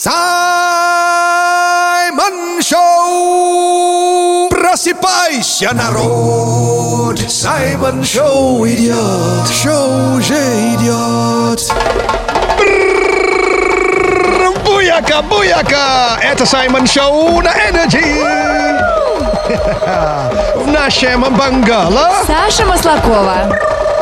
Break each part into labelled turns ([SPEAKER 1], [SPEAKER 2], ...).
[SPEAKER 1] Саймон Шоу! Просыпайся, народ! Саймон Шоу идет! Шоу уже идет!
[SPEAKER 2] Буяка, буяка! Это Саймон Шоу на Energy! В нашем бангало
[SPEAKER 3] Саша Маслакова.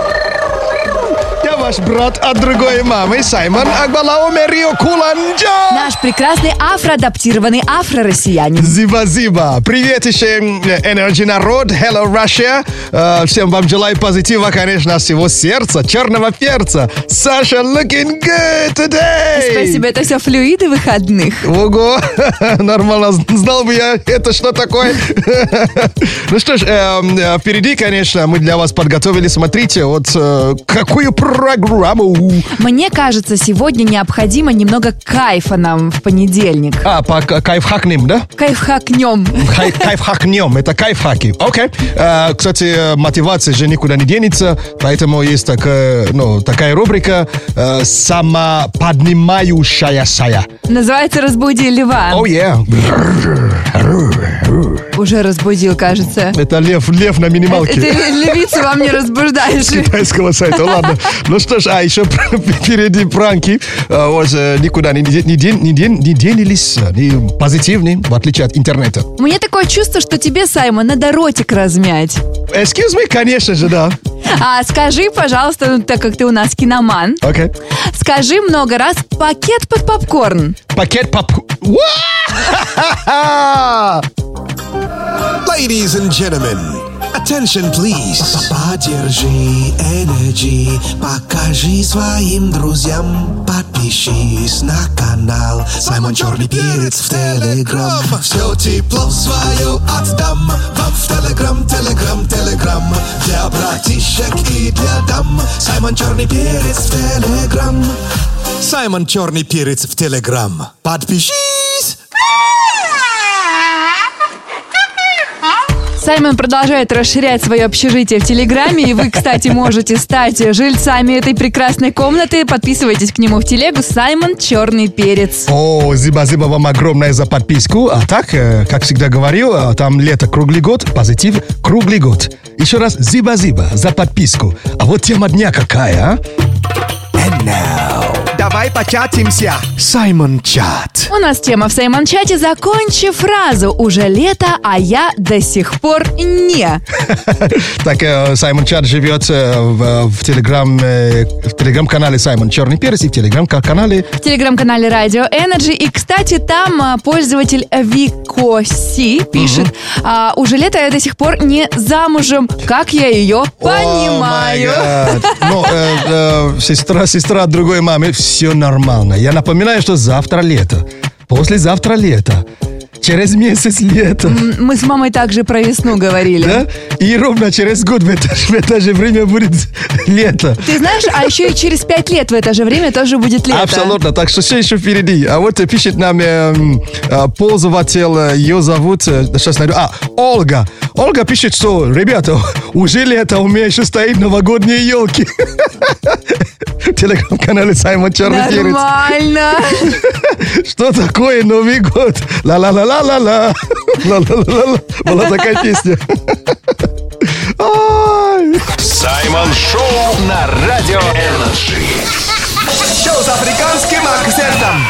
[SPEAKER 2] я ваш брат от другой мамы Саймон Акбалаумерио Куланджа.
[SPEAKER 3] Наш прекрасный афроадаптированный афро-россиянин.
[SPEAKER 2] Зиба-зиба. Привет еще Energy народ. Hello Russia. Всем вам желаю позитива, конечно, всего сердца, черного перца. Саша looking good today.
[SPEAKER 3] Спасибо, это все флюиды выходных.
[SPEAKER 2] Ого, нормально, знал бы я, это что такое. Ну что ж, впереди, конечно, мы для вас подготовили, смотрите, вот какую программу.
[SPEAKER 3] Мне кажется, сегодня необходимо немного кайфа нам в понедельник.
[SPEAKER 2] Кайфхакнем, да?
[SPEAKER 3] Кайфхакнем.
[SPEAKER 2] Кайфхакнем, это кайфхаки. Окей. Кстати, мотивация же никуда не денется, поэтому есть такая рубрика «Самоподнимающаяся».
[SPEAKER 3] Называется «Разбуди льва».
[SPEAKER 2] Oh, yeah.
[SPEAKER 3] Уже разбудил, кажется.
[SPEAKER 2] Это лев на минималке.
[SPEAKER 3] Ты львицу вам не разбуждаешь.
[SPEAKER 2] С китайского сайта, ладно. Ну что ж, еще впереди пранки. Вот, никуда не денились, они позитивные, в отличие от интернета.
[SPEAKER 3] У меня такое чувство, что тебе, Саймон, надо ротик размять.
[SPEAKER 2] Excuse me, конечно же, да.
[SPEAKER 3] Скажи, пожалуйста, так как ты у нас киноман,
[SPEAKER 2] Okay.
[SPEAKER 3] скажи много раз «пакет под попкорн».
[SPEAKER 2] Пакет попкорн.
[SPEAKER 1] Ladies and gentlemen, attention please. Поддержи Energy, покажи своим друзьям, подпишись на канал Саймон Черный Перец в Телеграм. Все тепло свое отдам вам в Телеграм. Для братишек и для дам. Саймон Черный Перец в Телеграм. Саймон Черный Перец в Телеграм. Подпишись!
[SPEAKER 3] Саймон продолжает расширять свое общежитие в Телеграме, и вы, кстати, можете стать жильцами этой прекрасной комнаты. Подписывайтесь к нему в телегу «Саймон Черный Перец».
[SPEAKER 2] О, зиба вам огромное за подписку. А так, как всегда говорил, там лето круглый год, позитив круглый год. Еще раз зиба за подписку. А вот тема дня какая, а?
[SPEAKER 1] And now, давай початимся. Саймон Чат.
[SPEAKER 3] У нас тема в Саймон Чате «Закончи фразу. Уже лето, а я до сих пор не».
[SPEAKER 2] Так, Саймон Чат живет в телеграм-канале Саймон Черный Перец и в телеграм-канале
[SPEAKER 3] Радио Energy. И, кстати, там пользователь Викоси пишет: «Уже лето, я до сих пор не замужем. Как я ее понимаю?»
[SPEAKER 2] Ну, сестра от другой мамы, все нормально. Я напоминаю, что завтра лето. Послезавтра лето. Через месяц лето.
[SPEAKER 3] Мы с мамой также про весну говорили.
[SPEAKER 2] Да? И ровно через год в это же время будет лето.
[SPEAKER 3] Ты знаешь, а еще и через 5 лет в это же время тоже будет лето.
[SPEAKER 2] Абсолютно, так что все еще впереди. А вот пишет нам пользователь, ее зовут, сейчас найду, Ольга. Ольга пишет, что, ребята, уже лето, у меня еще стоит новогодние елки. В телеграм-канале Саймон Черный Перец.
[SPEAKER 3] Нормально.
[SPEAKER 2] Что такое Новый год? Ла-ла-ла-ла-ла-ла. Ла-ла-ла-ла-ла. Была такая песня.
[SPEAKER 4] Саймон Шоу на Радио Energy.
[SPEAKER 1] Шоу с африканским акцентом.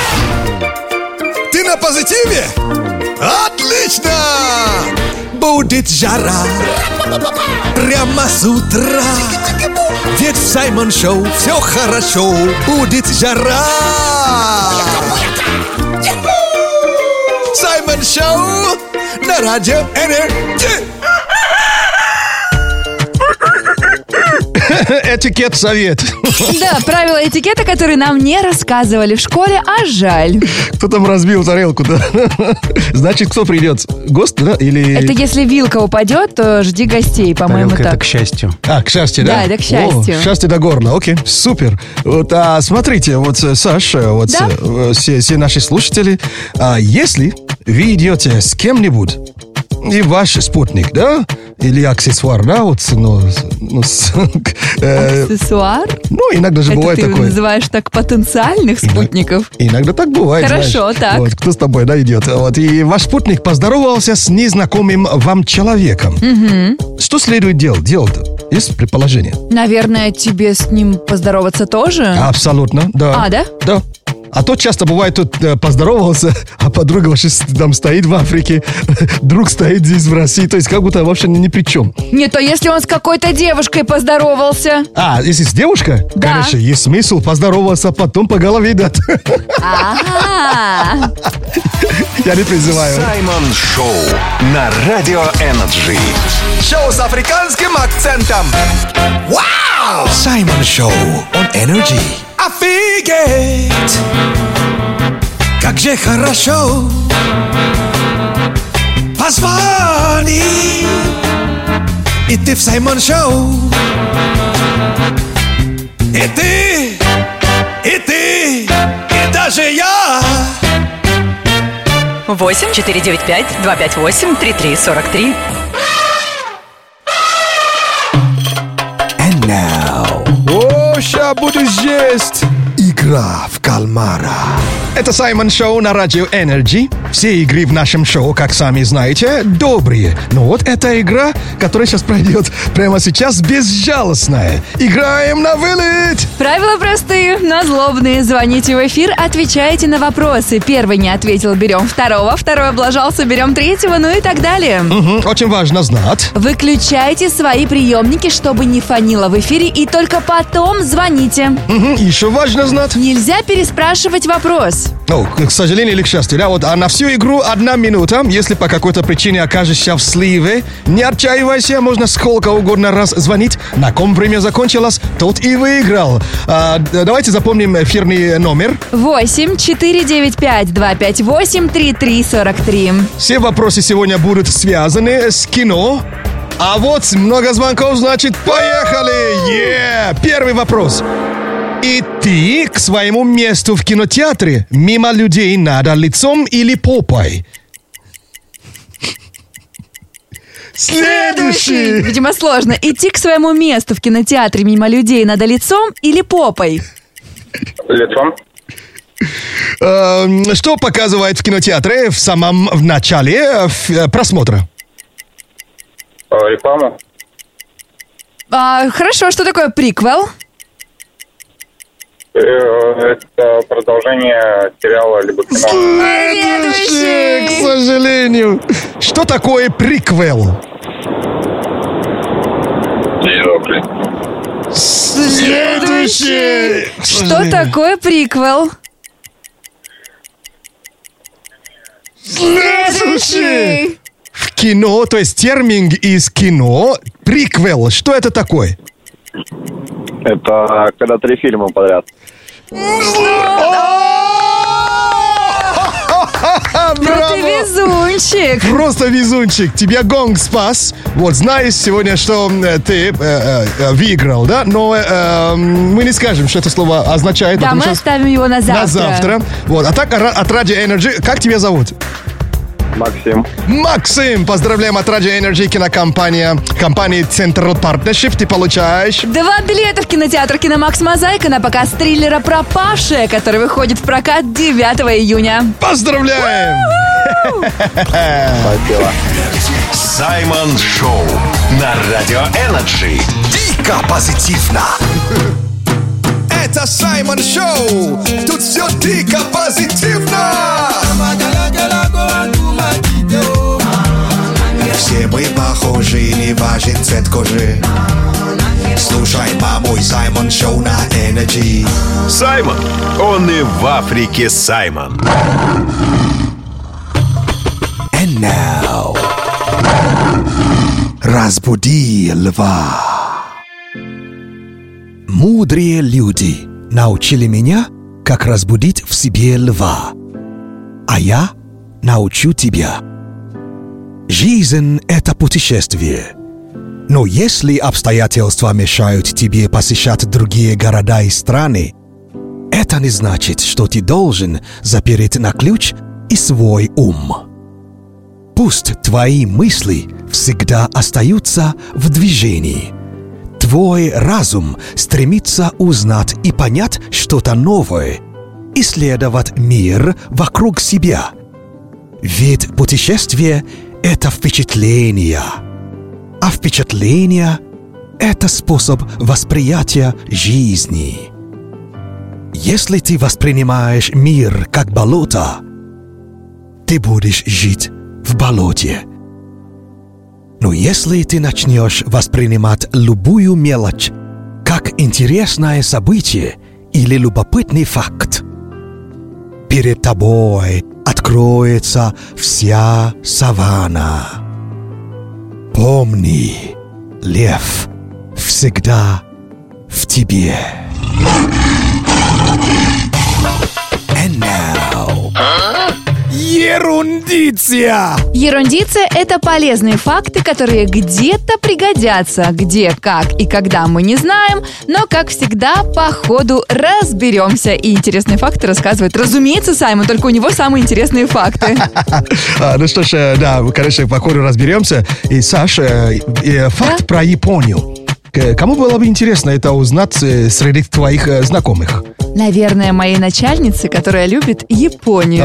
[SPEAKER 1] Ты на позитиве? Отлично! Будет жара прямо с утра. Ведь в Саймон Шоу все хорошо. Будет жара. Саймон Шоу на Радио Энерджи.
[SPEAKER 2] Этикет совет.
[SPEAKER 3] Да, правила этикета, которые нам не рассказывали в школе, а жаль.
[SPEAKER 2] Кто там разбил тарелку, да? Значит, кто придет? Гость, да? Или...
[SPEAKER 3] Это если вилка упадет, то жди гостей, по-моему,
[SPEAKER 5] Тарелка — это
[SPEAKER 3] так.
[SPEAKER 5] к счастью.
[SPEAKER 2] К счастью, да?
[SPEAKER 3] Да, это к счастью.
[SPEAKER 2] О, счастье до горла, окей, супер. Вот, смотрите, вот, Саша, вот,
[SPEAKER 3] Да?
[SPEAKER 2] все наши слушатели, если вы идете с кем-нибудь и ваш спутник, да? Или аксессуар, да? Вот,
[SPEAKER 3] Аксессуар?
[SPEAKER 2] Иногда же
[SPEAKER 3] Это
[SPEAKER 2] бывает
[SPEAKER 3] ты
[SPEAKER 2] такое.
[SPEAKER 3] называешь так потенциальных спутников?
[SPEAKER 2] Иногда так бывает.
[SPEAKER 3] Хорошо,
[SPEAKER 2] знаешь.
[SPEAKER 3] так.
[SPEAKER 2] Вот, кто с тобой, да, идет. Вот, и ваш спутник поздоровался с незнакомым вам человеком. Что следует делать? Есть предположение?
[SPEAKER 3] Наверное, тебе с ним поздороваться тоже?
[SPEAKER 2] Абсолютно, да.
[SPEAKER 3] А, да?
[SPEAKER 2] Да. А то часто бывает, тут поздоровался, а подруга вообще там стоит в Африке, друг стоит здесь в России, то есть как будто вообще ни при чем.
[SPEAKER 3] Нет, а если он с какой-то девушкой поздоровался?
[SPEAKER 2] А, если с девушкой,
[SPEAKER 3] Да.
[SPEAKER 2] конечно, есть смысл поздороваться, потом по голове дать.
[SPEAKER 3] Ага.
[SPEAKER 2] Я не призываю.
[SPEAKER 4] Саймон Шоу на Радио Энерджи.
[SPEAKER 1] Шоу с африканским акцентом. Вау! Саймон Шоу on Energy. Офигеть! Как же хорошо! Позвони! И ты в Саймон Шоу. И ты, и даже я.
[SPEAKER 5] 8-495-258-3343.
[SPEAKER 1] And now.
[SPEAKER 2] О, ща буду есть.
[SPEAKER 1] Игра в кальмара.
[SPEAKER 2] Это Саймон Шоу на Радио Энерджи. Все игры в нашем шоу, как сами знаете, добрые. Но вот эта игра, которая сейчас пройдет прямо сейчас, безжалостная. Играем на вылет!
[SPEAKER 3] Правила простые, но злобные. Звоните в эфир, отвечаете на вопросы. Первый не ответил, берем второго. Второй облажался, берем третьего, ну и так далее.
[SPEAKER 2] Очень важно знать.
[SPEAKER 3] Выключайте свои приемники, чтобы не фонило в эфире, и только потом звоните.
[SPEAKER 2] Еще важно знать.
[SPEAKER 3] Нельзя переспрашивать вопрос.
[SPEAKER 2] Ну, к сожалению или к счастью, да, вот, а на всю игру 1 минута. Если по какой-то причине окажешься в сливе, не отчаивайся, можно сколько угодно раз звонить. На ком время закончилось, тот и выиграл. Давайте запомним эфирный номер.
[SPEAKER 3] 8-495-258-3343.
[SPEAKER 2] Все вопросы сегодня будут связаны с кино. А вот много звонков, значит, поехали! Первый вопрос. Идти к своему месту в кинотеатре мимо людей надо лицом или попой? Следующий.
[SPEAKER 3] Видимо, сложно. Идти к своему месту в кинотеатре мимо людей надо лицом или попой?
[SPEAKER 6] Лицом.
[SPEAKER 2] Что показывает в кинотеатре в самом начале просмотра?
[SPEAKER 6] Рекламу.
[SPEAKER 3] Хорошо, что такое приквел?
[SPEAKER 6] Это продолжение сериала либо кино.
[SPEAKER 2] Следующий, к сожалению. Что такое приквел? Следующий.
[SPEAKER 3] Что такое приквел?
[SPEAKER 2] Следующий. В кино, то есть термин из кино, приквел. Что это такое?
[SPEAKER 6] Это когда 3 фильма подряд.
[SPEAKER 3] Ну ты везунчик.
[SPEAKER 2] Просто везунчик. Тебя гонг спас. Вот знаешь сегодня, что ты выиграл, да? Но мы не скажем, что это слово означает.
[SPEAKER 3] Да,
[SPEAKER 2] потому
[SPEAKER 3] мы
[SPEAKER 2] что
[SPEAKER 3] оставим его на завтра.
[SPEAKER 2] на завтра. Вот. А так от Radio Energy, как тебя зовут?
[SPEAKER 6] Максим.
[SPEAKER 2] Максим, поздравляем от Radio Energy, компании Central Partnership. Ты получаешь
[SPEAKER 3] 2 билета в кинотеатр «Киномакс Мозаика» на показ триллера «Пропавшая», который выходит в прокат 9 июня.
[SPEAKER 2] Поздравляем!
[SPEAKER 6] Спасибо.
[SPEAKER 4] Саймон Шоу на Радио Энерджи.
[SPEAKER 1] Дико позитивно. Это Саймон Шоу. Тут все дико позитивно. Все мы похожи, не важен цвет кожи. Слушай, мой Саймон Шоу на Energy.
[SPEAKER 4] Саймон. Он и в Африке Саймон.
[SPEAKER 1] And now. Разбуди льва. Мудрые люди научили меня, как разбудить в себе льва. А я научу тебя. Жизнь – это путешествие. Но если обстоятельства мешают тебе посещать другие города и страны, это не значит, что ты должен запереть на ключ и свой ум. Пусть твои мысли всегда остаются в движении. Твой разум стремится узнать и понять что-то новое, исследовать мир вокруг себя. Ведь путешествие – это впечатление, а впечатление – это способ восприятия жизни. Если ты воспринимаешь мир как болото, ты будешь жить в болоте. Но если ты начнешь воспринимать любую мелочь как интересное событие или любопытный факт, перед тобой откроется вся саванна. Помни, лев всегда в тебе. And now... Ерундиция!
[SPEAKER 3] Ерундиция – это полезные факты, которые где-то пригодятся. Где, как и когда мы не знаем, но, как всегда, по ходу разберемся. И интересные факты рассказывает, разумеется, Саймон, только у него самые интересные факты.
[SPEAKER 2] Ну что ж, да, конечно, по ходу разберемся. И, Саша, факт про Японию. Кому было бы интересно это узнать среди твоих знакомых?
[SPEAKER 3] Наверное, моей начальнице, которая любит Японию.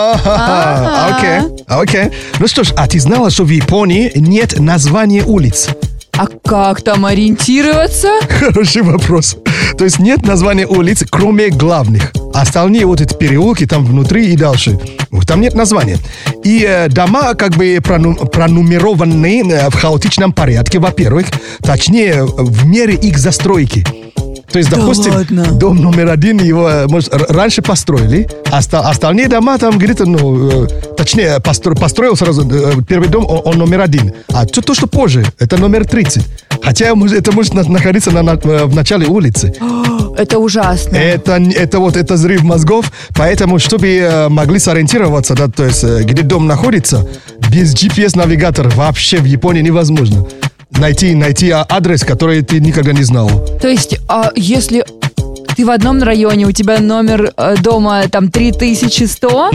[SPEAKER 2] Окей. Ну что ж, а ты знала, что в Японии нет названия улиц?
[SPEAKER 3] А как там ориентироваться?
[SPEAKER 2] Хороший вопрос. То есть нет названия улиц, кроме главных. Остальные вот эти переулки там внутри и дальше. Там нет названия. И дома как бы пронумерованы в хаотичном порядке, во-первых. Точнее, в мере их застройки. То есть, допустим, дом номер 1 его, может, раньше построили, а остальные дома там где-то, точнее, построил сразу первый дом, он номер 1. А то, что позже, это номер 30. Хотя это может находиться в начале улицы.
[SPEAKER 3] Это ужасно.
[SPEAKER 2] Это взрыв мозгов, поэтому, чтобы могли сориентироваться, да, то есть, где дом находится, без GPS-навигатора вообще в Японии невозможно. Найти адрес, который ты никогда не знал.
[SPEAKER 3] То есть, если ты в одном районе, у тебя номер дома там 3100,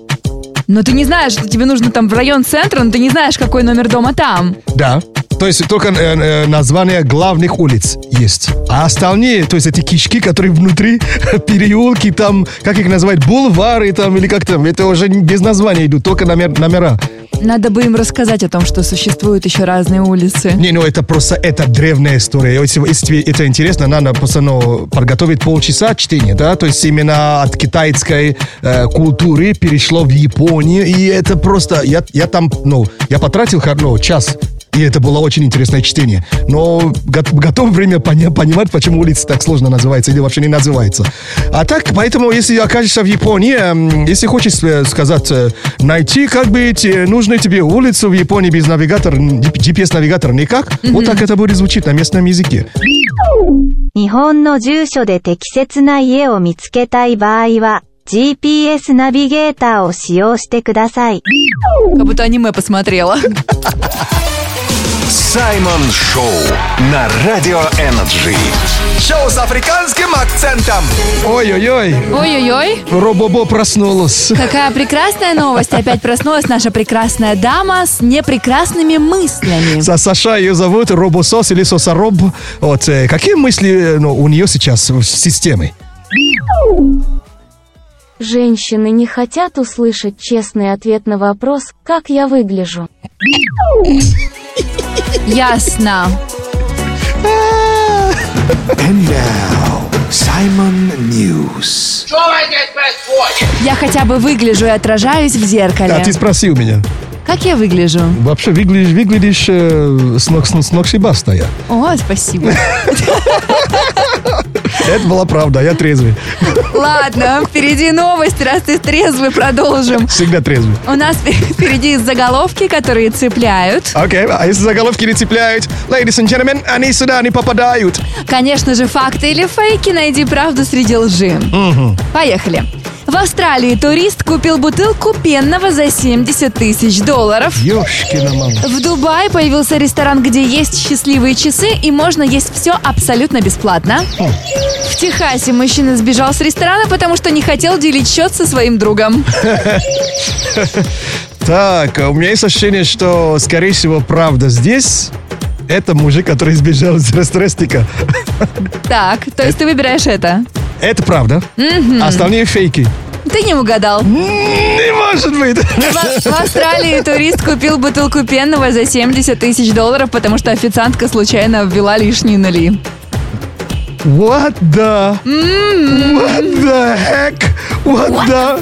[SPEAKER 3] но ты не знаешь, что тебе нужно там в район центра, но ты не знаешь, какой номер дома там.
[SPEAKER 2] Да. То есть только название главных улиц есть. А остальные, то есть эти кишки, которые внутри, переулки, там, как их называют, бульвары там или как там, это уже без названия идут, только номера.
[SPEAKER 3] Надо бы им рассказать о том, что существуют еще разные улицы.
[SPEAKER 2] Не, это просто, это древняя история. Если тебе это интересно, надо просто подготовить полчаса чтения, да, то есть именно от китайской культуры перешло в Японию, и это просто, я там, я потратил час. И это было очень интересное чтение. Но готов время понимать, почему улица так сложно называется или вообще не называется. А так, поэтому, если окажешься в Японии, если хочешь сказать, найти нужную тебе улицу в Японии без навигатора, GPS-навигатора никак, вот так это будет звучить на местном языке.
[SPEAKER 5] 日本の住所で適切な家を見つけたい場合は GPS ナビゲーターを使用してください.
[SPEAKER 3] Как будто аниме посмотрела.
[SPEAKER 4] Саймон Шоу на Радио Энерджи.
[SPEAKER 1] Шоу с африканским акцентом.
[SPEAKER 2] Ой-ой-ой.
[SPEAKER 3] Ой-ой-ой.
[SPEAKER 2] Робобо проснулась.
[SPEAKER 3] Какая прекрасная новость. Опять проснулась наша прекрасная дама с непрекрасными мыслями.
[SPEAKER 2] Саша ее зовут, Робосос или Сосароб. Вот, какие мысли у нее сейчас в системе?
[SPEAKER 7] Женщины не хотят услышать честный ответ на вопрос, как я выгляжу.
[SPEAKER 3] Ясно.
[SPEAKER 1] And now, Simon News.
[SPEAKER 3] Я хотя бы выгляжу и отражаюсь в зеркале.
[SPEAKER 2] А ты спросил меня.
[SPEAKER 3] Как я выгляжу?
[SPEAKER 2] Вообще выглядишь сногсшибастая.
[SPEAKER 3] О, спасибо.
[SPEAKER 2] Это была правда, я трезвый.
[SPEAKER 3] Ладно, впереди новость, раз ты трезвый, продолжим.
[SPEAKER 2] Всегда трезвый.
[SPEAKER 3] У нас впереди заголовки, которые цепляют.
[SPEAKER 2] Окей, а если заголовки не цепляют, ladies and gentlemen, они сюда не попадают.
[SPEAKER 3] Конечно же, факты или фейки, найди правду среди лжи. Поехали. В Австралии турист купил бутылку пенного за $70 000.
[SPEAKER 2] Ёшкина мама.
[SPEAKER 3] В Дубае появился ресторан, где есть счастливые часы и можно есть все абсолютно бесплатно. В Техасе мужчина сбежал с ресторана, потому что не хотел делить счет со своим другом.
[SPEAKER 2] Так, у меня есть ощущение, что, скорее всего, правда здесь. Это мужик, который сбежал из ресторестика.
[SPEAKER 3] Так, то есть ты выбираешь это?
[SPEAKER 2] Это правда. Остальные фейки.
[SPEAKER 3] Ты не угадал.
[SPEAKER 2] Не может быть.
[SPEAKER 3] В Австралии турист купил бутылку пенного за $70 тысяч, потому что официантка случайно ввела лишние нули.
[SPEAKER 2] What the? What the heck? What the?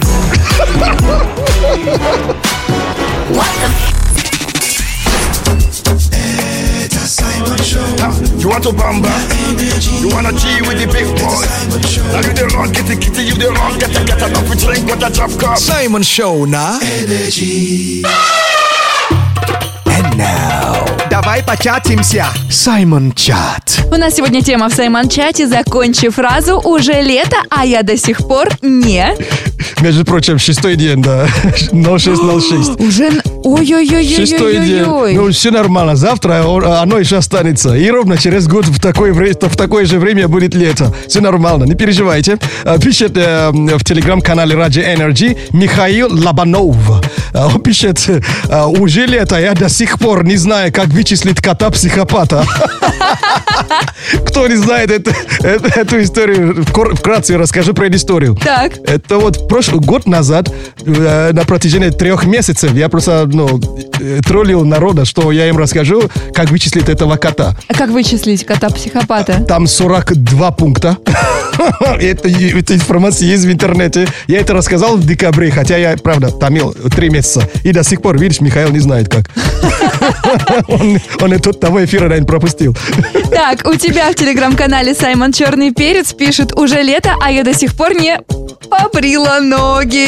[SPEAKER 4] You want to bamba? You wanna G with the big boy? Now you the wrong, get the kitty, you the wrong, get enough, we drink with a drop cup.
[SPEAKER 1] Саймон Шоу на Energy. And now, давай початимся. Саймон Чат.
[SPEAKER 3] У нас сегодня тема в Саймон-чате «Закончи фразу «Уже лето, а я до сих пор не».
[SPEAKER 2] Между прочим, 6-й день, да. 06:06.
[SPEAKER 3] Уже...
[SPEAKER 2] Шестой день. Ну,
[SPEAKER 3] Ой-ой-ой-ой-ой-ой.
[SPEAKER 2] все нормально. Завтра оно еще останется. И ровно через год в такое же время будет лето. Все нормально, не переживайте. Пишет в телеграм-канале Radio Energy Михаил Лобанов. Он пишет: уже лето, я до сих пор не знаю, как вычислить кота-психопата. Кто не знает эту историю, вкратце расскажу про историю.
[SPEAKER 3] Так.
[SPEAKER 2] Это вот год назад, на протяжении 3 месяцев, я просто троллил народа, что я им расскажу, как вычислить этого кота.
[SPEAKER 3] А как вычислить кота-психопата?
[SPEAKER 2] Там 42 пункта. Эта информация есть в интернете. Я это рассказал в декабре, хотя я, правда, томил 3 месяца. И до сих пор, видишь, Михаил не знает как. Он и тот того эфира, наверное, пропустил.
[SPEAKER 3] Так, у тебя в телеграм-канале Саймон Черный Перец пишет: уже лето, а я до сих пор не побрила ноги.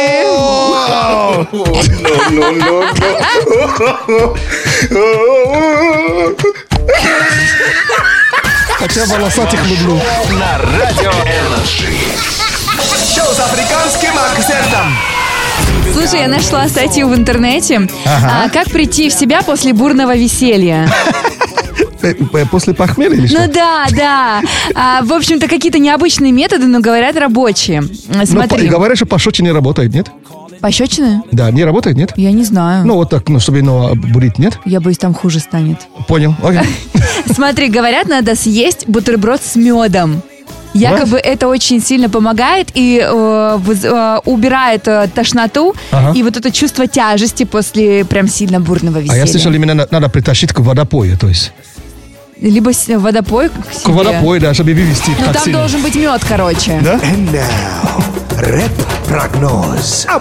[SPEAKER 2] Хотя волосатых люблю.
[SPEAKER 4] На Радио Energy.
[SPEAKER 1] Шоу с африканским акцентом.
[SPEAKER 3] Слушай, я нашла статью в интернете. Как прийти в себя после бурного веселья.
[SPEAKER 2] После похмелья или что?
[SPEAKER 3] Ну да. В общем-то, какие-то необычные методы, но говорят рабочие. Смотри.
[SPEAKER 2] Говорят, что пощечина не работает, нет?
[SPEAKER 3] Пощечины?
[SPEAKER 2] Да, не работает, нет?
[SPEAKER 3] Я не знаю.
[SPEAKER 2] Ну, вот так, чтобы бурить, нет?
[SPEAKER 3] Я боюсь, там хуже станет.
[SPEAKER 2] Понял, окей.
[SPEAKER 3] Смотри, говорят, надо съесть бутерброд с медом. Якобы это очень сильно помогает и убирает тошноту и вот это чувство тяжести после прям сильно бурного веселья.
[SPEAKER 2] А я слышал, именно надо притащить к водопою, то есть.
[SPEAKER 3] Либо водопой к себе.
[SPEAKER 2] К водопою, да, чтобы вывести.
[SPEAKER 3] Ну там должен быть мед, короче.
[SPEAKER 2] Да?
[SPEAKER 1] And now, рэп-прогноз.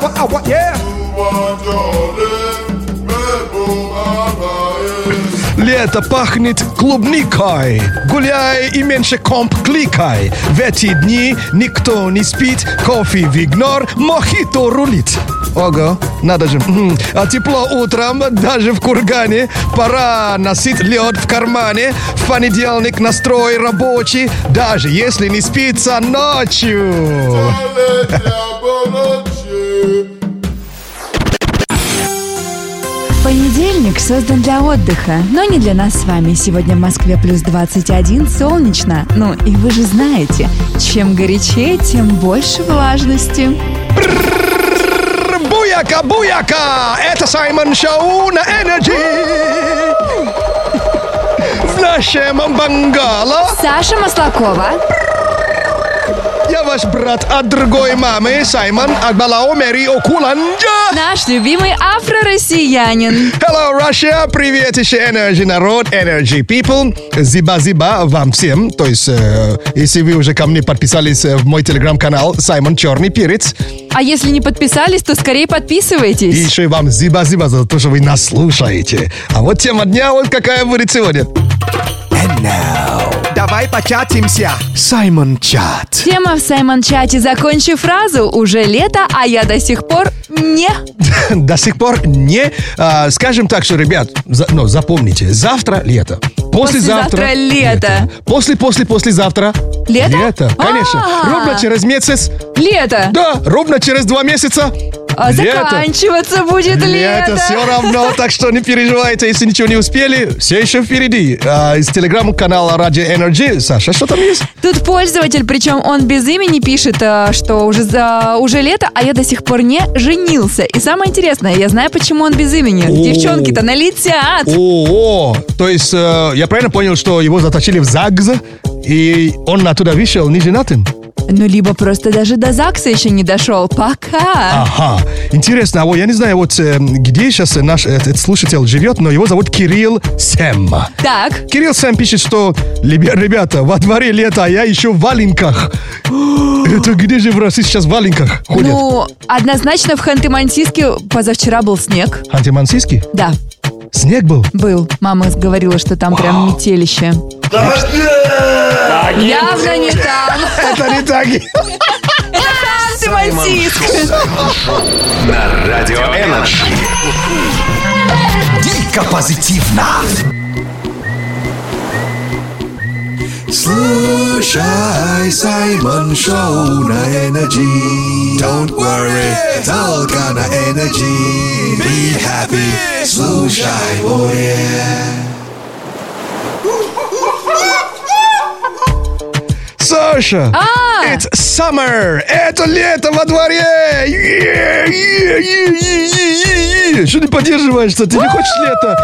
[SPEAKER 2] Лето пахнет клубникой. Гуляй и меньше комп кликай. В эти дни никто не спит. Кофе в игнор, мохито рулит. Ого, надо же. А тепло утром, даже в кургане. Пора носить лед в кармане. В понедельник настрой рабочий, даже если не спится ночью.
[SPEAKER 3] Понедельник создан для отдыха, но не для нас с вами. Сегодня в Москве плюс 21, солнечно. Ну, и вы же знаете, чем горячее, тем больше влажности.
[SPEAKER 2] Буяка, буяка! Это Саймон Шоу на Energy! В нашем бангало
[SPEAKER 3] Саша Маслакова.
[SPEAKER 2] я ваш брат от другой мамы, Саймон Акбалао Мэри Окуланджа.
[SPEAKER 3] Наш любимый афро-россиянин.
[SPEAKER 2] Hello, Russia! Привет еще Energy народ, Energy people. Зиба-зиба вам всем. То есть, если вы уже ко мне подписались в мой телеграм-канал Саймон Черный Перец.
[SPEAKER 3] А если не подписались, то скорее
[SPEAKER 2] И
[SPEAKER 3] подписывайтесь.
[SPEAKER 2] еще и вам зиба-зиба за то, что вы нас слушаете. А вот тема дня вот какая будет сегодня.
[SPEAKER 1] And now, давай початимся. Саймон Чат.
[SPEAKER 3] Тема в Саймон-чате «Закончи фразу». Уже лето, а я до сих пор не...
[SPEAKER 2] До сих пор не... скажем так, что, ребят, запомните, завтра лето.
[SPEAKER 3] Послезавтра лето.
[SPEAKER 2] Послезавтра
[SPEAKER 3] Лето?
[SPEAKER 2] Лето, конечно.
[SPEAKER 3] А-а-а.
[SPEAKER 2] Ровно через месяц.
[SPEAKER 3] Лето.
[SPEAKER 2] Да, ровно через 2 месяца.
[SPEAKER 3] Заканчиваться будет лето.
[SPEAKER 2] Все равно, так что не переживайте, если ничего не успели, все еще впереди. Из телеграм-канала Radio Energy. Саша, что там есть?
[SPEAKER 3] Тут пользователь, причем он без имени пишет, что уже лето, а я до сих пор не женился. И самое интересное, я знаю, почему он без имени. Девчонки-то налетят.
[SPEAKER 2] То есть я правильно понял, что его заточили в ЗАГС, и он оттуда вышел не женатым?
[SPEAKER 3] Ну, либо просто даже до ЗАГСа еще не дошел. Пока.
[SPEAKER 2] Ага. Интересно, я не знаю, где сейчас наш этот слушатель живет, но его зовут Кирилл Сэм.
[SPEAKER 3] Так.
[SPEAKER 2] Кирилл Сэм пишет, что ребята, во дворе лето, а я еще в валенках. Это где же в России сейчас в валенках ходят?
[SPEAKER 3] Ну, однозначно в Ханты-Мансийске позавчера был снег.
[SPEAKER 2] Ханты-Мансийский?
[SPEAKER 3] Да.
[SPEAKER 2] Снег был?
[SPEAKER 3] Был. Мама говорила, что там прям метелище. Явно не там.
[SPEAKER 2] Это не так.
[SPEAKER 3] Ханты-Мансийск.
[SPEAKER 1] На Радио Энерджи. Дико позитивно. Слушай Саймон Шоу на Энерджи. Don't worry, только на Энерджи. Be happy, слушай море.
[SPEAKER 2] Саша, it's summer, это лето во дворе. Что ты поддерживаешь-то? Ты не хочешь лето?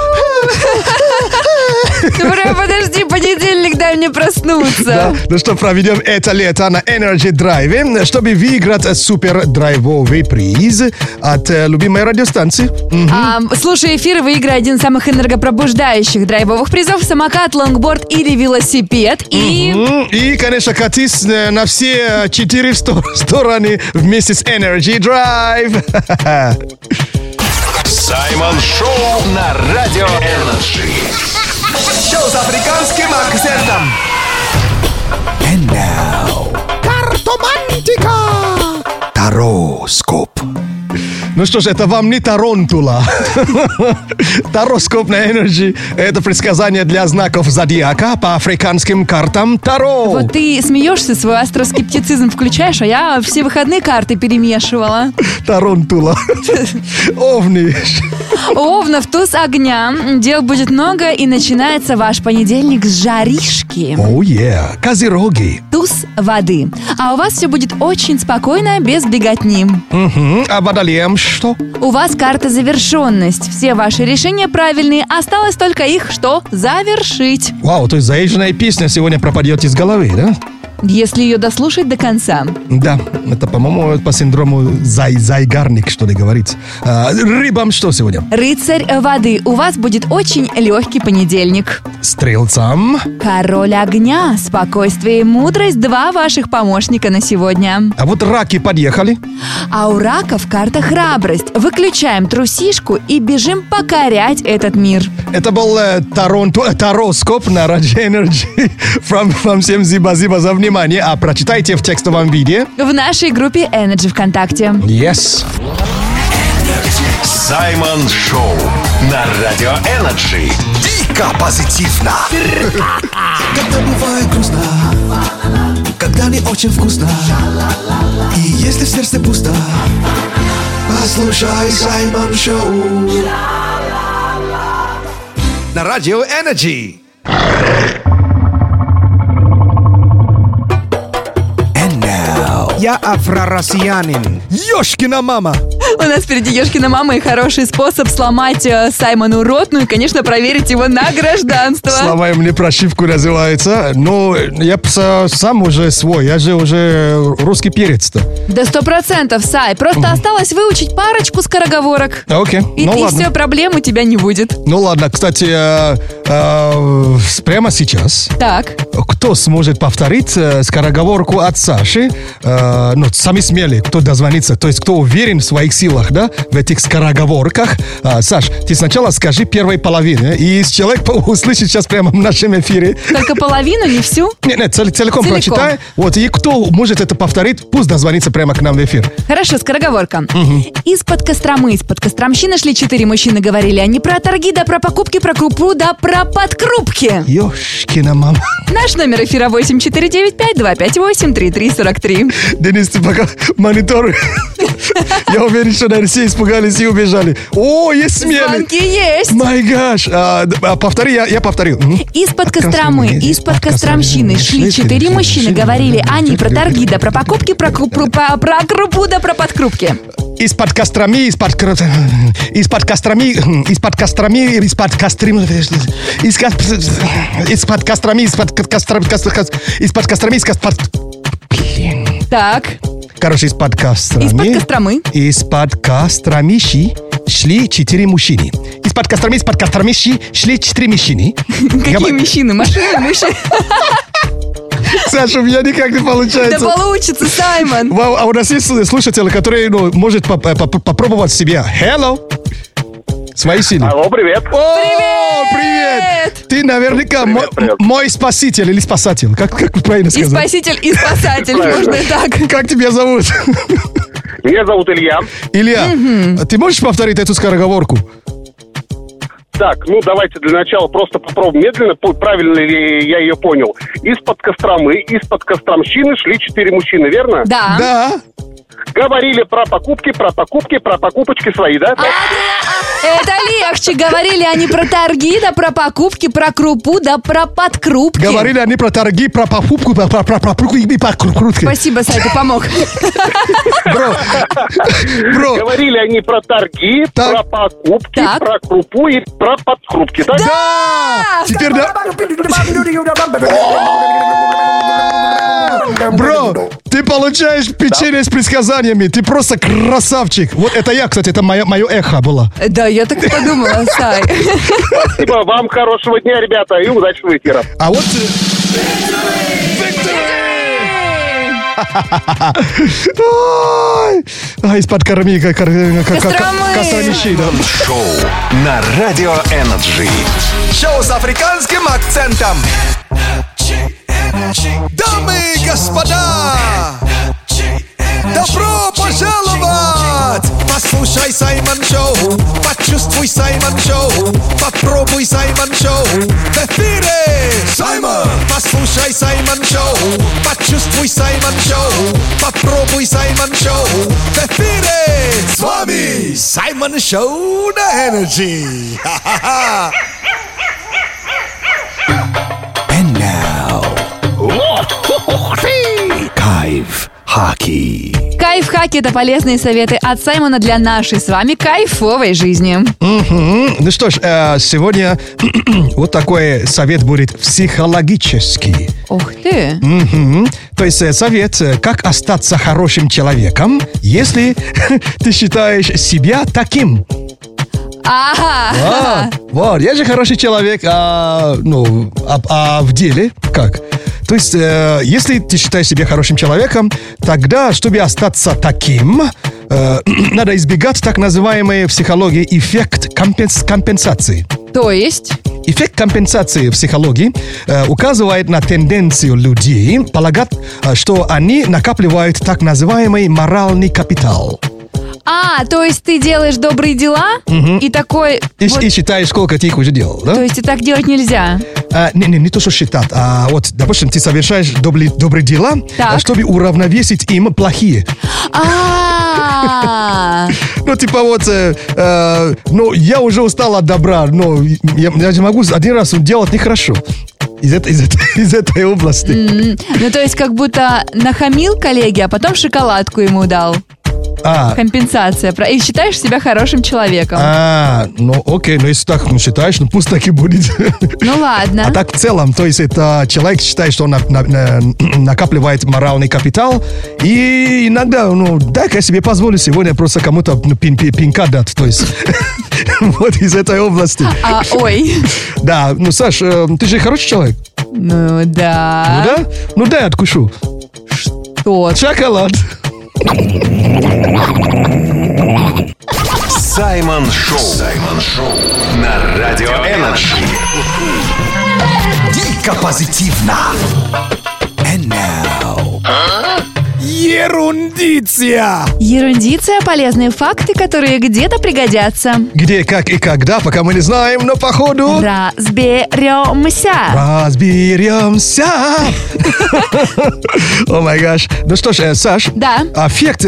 [SPEAKER 3] Подожди, понедельник, дай мне проснуться.
[SPEAKER 2] Да. Ну что, проведем это лето на Energy Drive, чтобы выиграть супер драйвовый приз от любимой радиостанции.
[SPEAKER 3] Слушай эфир, выиграй один из самых энергопробуждающих драйвовых призов: самокат, лонгборд или велосипед.
[SPEAKER 2] И, конечно, катись на все 4 стороны вместе с Energy Drive.
[SPEAKER 1] Саймон Шоу на Радио Энерджи. Шоу с африканским акцентом. And now, Картомантика. Тароскоп.
[SPEAKER 2] Ну что ж, это вам не Тарантула. Тароскоп на Energy – это предсказание для знаков зодиака по африканским картам Таро.
[SPEAKER 3] Вот ты смеешься, свой астроскептицизм включаешь, а я все выходные карты перемешивала.
[SPEAKER 2] Тарантула. Овни.
[SPEAKER 3] У овнов туз огня, дел будет много, и начинается ваш понедельник с жаришки.
[SPEAKER 2] Козероги.
[SPEAKER 3] Туз воды. А у вас все будет очень спокойно, без беготни.
[SPEAKER 2] А водолеям что?
[SPEAKER 3] У вас карта завершенность. Все ваши решения правильные, осталось только их что? Завершить.
[SPEAKER 2] Вау, то есть заезженная песня сегодня пропадет из головы, да?
[SPEAKER 3] Если ее дослушать до конца.
[SPEAKER 2] Да, это, по-моему, по синдрому зайгарник, что ли, говорится. Рыбам что сегодня?
[SPEAKER 3] Рыцарь воды. У вас будет очень легкий понедельник.
[SPEAKER 2] Стрелцам?
[SPEAKER 3] Король огня. Спокойствие и мудрость. 2 ваших помощника на сегодня.
[SPEAKER 2] А вот раки подъехали.
[SPEAKER 3] А у раков карта храбрость. Выключаем трусишку и бежим покорять этот мир.
[SPEAKER 2] Это был Тароскоп на Radio Energy. Вам всем зиба-зиба за внимание. А прочитайте в текстовом виде
[SPEAKER 3] в нашей группе Energy ВКонтакте.
[SPEAKER 2] Yes.
[SPEAKER 1] Саймон Шоу на Радио Энерджи. Дико позитивно. Когда бывает грустно, когда не очень вкусно, и если в сердце пусто, послушай Саймон Шоу на Радио Энерджи.
[SPEAKER 8] Я афро-россиянин.
[SPEAKER 2] Ёшкина мама.
[SPEAKER 3] У нас впереди Ёшкина мама и хороший способ сломать Саймону рот, ну и, конечно, проверить его на гражданство.
[SPEAKER 2] Сломаем мне прошивку, называется. Но я сам уже свой, я же уже русский перец-то.
[SPEAKER 3] Да 100%, Сай. Просто осталось выучить парочку скороговорок.
[SPEAKER 2] Окей,
[SPEAKER 3] и
[SPEAKER 2] ну
[SPEAKER 3] ты
[SPEAKER 2] ладно.
[SPEAKER 3] все, проблем у тебя не будет.
[SPEAKER 2] Ну ладно, кстати, прямо сейчас.
[SPEAKER 3] Так.
[SPEAKER 2] Кто сможет повторить скороговорку от Саши? Сами смелые, кто дозвонится, то есть кто уверен в своих силах, да, в этих скороговорках. Саш, ты сначала скажи первой половины, и человек услышит сейчас прямо в нашем эфире.
[SPEAKER 3] Только половину, не всю?
[SPEAKER 2] Нет, целиком прочитай. Вот, и кто может это повторить, пусть дозвонится прямо к нам в эфир.
[SPEAKER 3] Хорошо, скороговорка. Из-под Костромы, из-под Костромщины шли 4 мужчины, говорили они про торги, да про покупки, про крупу, да про про подкрупки.
[SPEAKER 2] Ёшкина мама.
[SPEAKER 3] Наш номер эфира 8495-258-3343.
[SPEAKER 2] Денис, ты пока монитор. Я уверен, что, наверное, все испугались и убежали. О, есть смены.
[SPEAKER 3] Звонки есть.
[SPEAKER 2] Май гаш. Повтори, я повторил.
[SPEAKER 3] Из-под Костромы, из-под Костромщины шли 4 мужчины, говорили они про торги, да про покупки, про крупу, да про подкрупки.
[SPEAKER 2] Из-под Костромы, из-под Костромы, из-под Костромы, из-под Костромы, из-под Костромы, из-под Костромы, блин.
[SPEAKER 3] Так.
[SPEAKER 2] Короче, из-под Костромы.
[SPEAKER 3] Из-под Костромы.
[SPEAKER 2] Из-под Костромищи шли 4 мужчины. Из-под Костромы шли 4 мужчины.
[SPEAKER 3] Какие мужчины? Машины, мужчины?
[SPEAKER 2] Саша, у меня никак не получается.
[SPEAKER 3] Да получится, Саймон.
[SPEAKER 2] Вау, а у нас есть слушатель, который может попробовать себя. Hello. Свои силы.
[SPEAKER 6] Алло, привет.
[SPEAKER 2] О, привет. Ты наверняка мой спаситель или спасатель. Как правильно
[SPEAKER 3] И
[SPEAKER 2] сказать?
[SPEAKER 3] спаситель, и спасатель. Можно и так.
[SPEAKER 2] Как тебя зовут?
[SPEAKER 6] Меня зовут Илья.
[SPEAKER 2] Илья, ты можешь повторить эту скороговорку?
[SPEAKER 6] Так, ну давайте для начала просто попробуем медленно, правильно ли я ее понял. Из-под Костромы, из-под Костромщины шли 4 мужчины, верно?
[SPEAKER 3] Да.
[SPEAKER 2] Да.
[SPEAKER 6] Говорили про покупки, про покупочки свои, да?
[SPEAKER 3] Это легче. Говорили они про торги, да про покупки, про крупу, да про подкрупки.
[SPEAKER 2] Говорили они про торги, про покупку, про подкрутки.
[SPEAKER 3] Спасибо, Сай, ты помог.
[SPEAKER 2] Бро.
[SPEAKER 6] Говорили они про торги, про покупки,
[SPEAKER 3] Так.
[SPEAKER 6] про крупу и про подкрупки, так?
[SPEAKER 2] Да! Теперь да. Бро, ты получаешь печенье с предсказаниями. Ты просто красавчик. Вот это я, кстати, это мое эхо было.
[SPEAKER 3] Да, я так и подумала, Сай.
[SPEAKER 6] Спасибо, вам хорошего дня, ребята, и удачного эфира.
[SPEAKER 2] А вот... Из-под Костромищи, да.
[SPEAKER 9] Шоу на Радио Энерджи.
[SPEAKER 1] Шоу с африканским акцентом. Дамы и господа, добро пожаловать! Послушай Саймон Шоу, почувствуй Саймон Шоу, попробуй Саймон Шоу в эфире. Саймон! Послушай Саймон Шоу, почувствуй Саймон Шоу, попробуй Саймон Шоу в эфире. С вами Саймон Шоу на Energy. Ха-ха-ха!
[SPEAKER 8] And now, Кайф Хаки.
[SPEAKER 3] Кайф-хаки – это полезные советы от Саймона для нашей с вами кайфовой жизни.
[SPEAKER 2] Ну что ж, сегодня вот такой совет будет психологический.
[SPEAKER 3] Ух ты!
[SPEAKER 2] То есть совет, как остаться хорошим человеком, если ты считаешь себя таким.
[SPEAKER 3] Ага!
[SPEAKER 2] Вот, я же хороший человек, а в деле как? То есть, если ты считаешь себя хорошим человеком, тогда, чтобы остаться таким, надо избегать так называемый в психологии эффект компенсации.
[SPEAKER 3] То есть?
[SPEAKER 2] Эффект компенсации в психологии указывает на тенденцию людей полагать, что они накапливают так называемый моральный капитал.
[SPEAKER 3] То есть ты делаешь добрые дела и такой...
[SPEAKER 2] И считаешь, сколько ты их уже делал, да?
[SPEAKER 3] То есть и так делать нельзя?
[SPEAKER 2] Не то, что считать, а вот, допустим, ты совершаешь добрые дела, чтобы уравновесить им плохие. Ну, типа вот, я уже устал от добра, но я не могу один раз делать нехорошо. Из этой области.
[SPEAKER 3] Ну, то есть как будто нахамил коллеге, а потом шоколадку ему дал. Компенсация. И считаешь себя хорошим человеком.
[SPEAKER 2] Окей, если так считаешь, пусть так и будет.
[SPEAKER 3] Ну ладно.
[SPEAKER 2] А так в целом, то есть это человек считает, что он накапливает моральный капитал, и иногда, дай-ка я себе позволю сегодня просто кому-то пинка дать, то есть вот из этой области.
[SPEAKER 3] Ой.
[SPEAKER 2] Да, Саш, ты же хороший человек.
[SPEAKER 3] Ну да.
[SPEAKER 2] Ну дай откушу.
[SPEAKER 3] Что?
[SPEAKER 2] Шоколад.
[SPEAKER 9] Саймон Шоу на Радио Энерджи.
[SPEAKER 1] Дико позитивно.
[SPEAKER 8] And now,
[SPEAKER 2] Ерундиция!
[SPEAKER 3] Ерундиция – полезные факты, которые где-то пригодятся.
[SPEAKER 2] Где, как и когда, пока мы не знаем, но походу...
[SPEAKER 3] Разберемся.
[SPEAKER 2] Разберемся! О май гаш. Ну что ж, Саш.
[SPEAKER 3] Да.
[SPEAKER 2] Факт.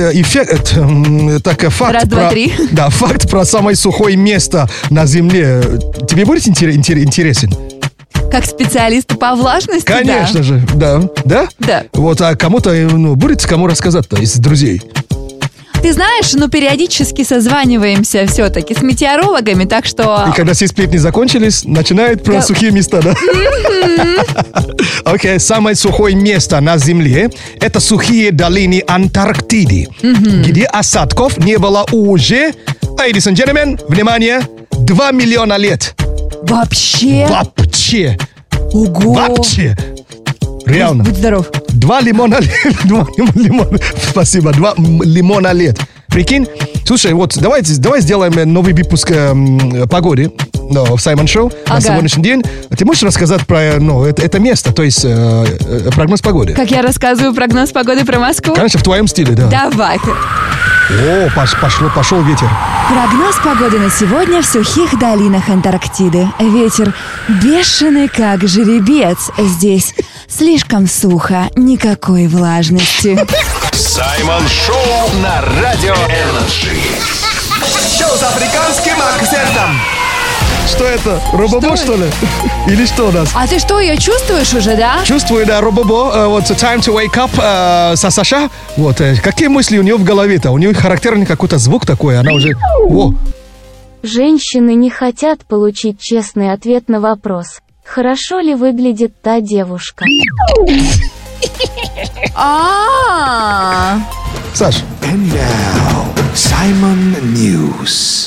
[SPEAKER 3] Раз, два, три.
[SPEAKER 2] Да, факт про самое сухое место на Земле. Тебе будет интересен?
[SPEAKER 3] Как специалисту по влажности,
[SPEAKER 2] Конечно же, да. Да?
[SPEAKER 3] Да.
[SPEAKER 2] Вот, а кому-то, будет кому рассказать-то из друзей?
[SPEAKER 3] Ты знаешь, периодически созваниваемся все-таки с метеорологами, так что...
[SPEAKER 2] И когда все сплетни закончились, начинают про сухие места, да? Окей, самое сухое место на Земле – это сухие долины Антарктиды, где осадков не было уже, ladies and gentlemen, внимание, 2 миллиона лет.
[SPEAKER 3] Вообще?
[SPEAKER 2] Ого! Вообще! Реально.
[SPEAKER 3] Будь здоров.
[SPEAKER 2] 2 лимона лет. Прикинь? Слушай, вот давай сделаем новый выпуск погоды в Саймон Шоу на сегодняшний день. Ты можешь рассказать про это место, то есть прогноз погоды?
[SPEAKER 3] Как я рассказываю прогноз погоды про Москву?
[SPEAKER 2] Конечно, в твоем стиле, да.
[SPEAKER 3] Давай.
[SPEAKER 2] О, пошел ветер.
[SPEAKER 3] Прогноз погоды на сегодня в сухих долинах Антарктиды. Ветер бешеный, как жеребец. Здесь слишком сухо, никакой влажности.
[SPEAKER 9] Саймон Шоу на Радио Энерджи.
[SPEAKER 1] Шоу с африканским акцентом.
[SPEAKER 2] Что это? Робобо, что ли? Или что у нас?
[SPEAKER 3] А ты что, ее чувствуешь уже, да?
[SPEAKER 2] Чувствую, да, Робобо. Вот Time to Wake Up со Саша. Вот, какие мысли у нее в голове-то? У нее характерный какой-то звук такой, она уже... О!
[SPEAKER 7] Женщины не хотят получить честный ответ на вопрос. Хорошо ли выглядит та девушка?
[SPEAKER 2] Саш.
[SPEAKER 1] And now, Simon News.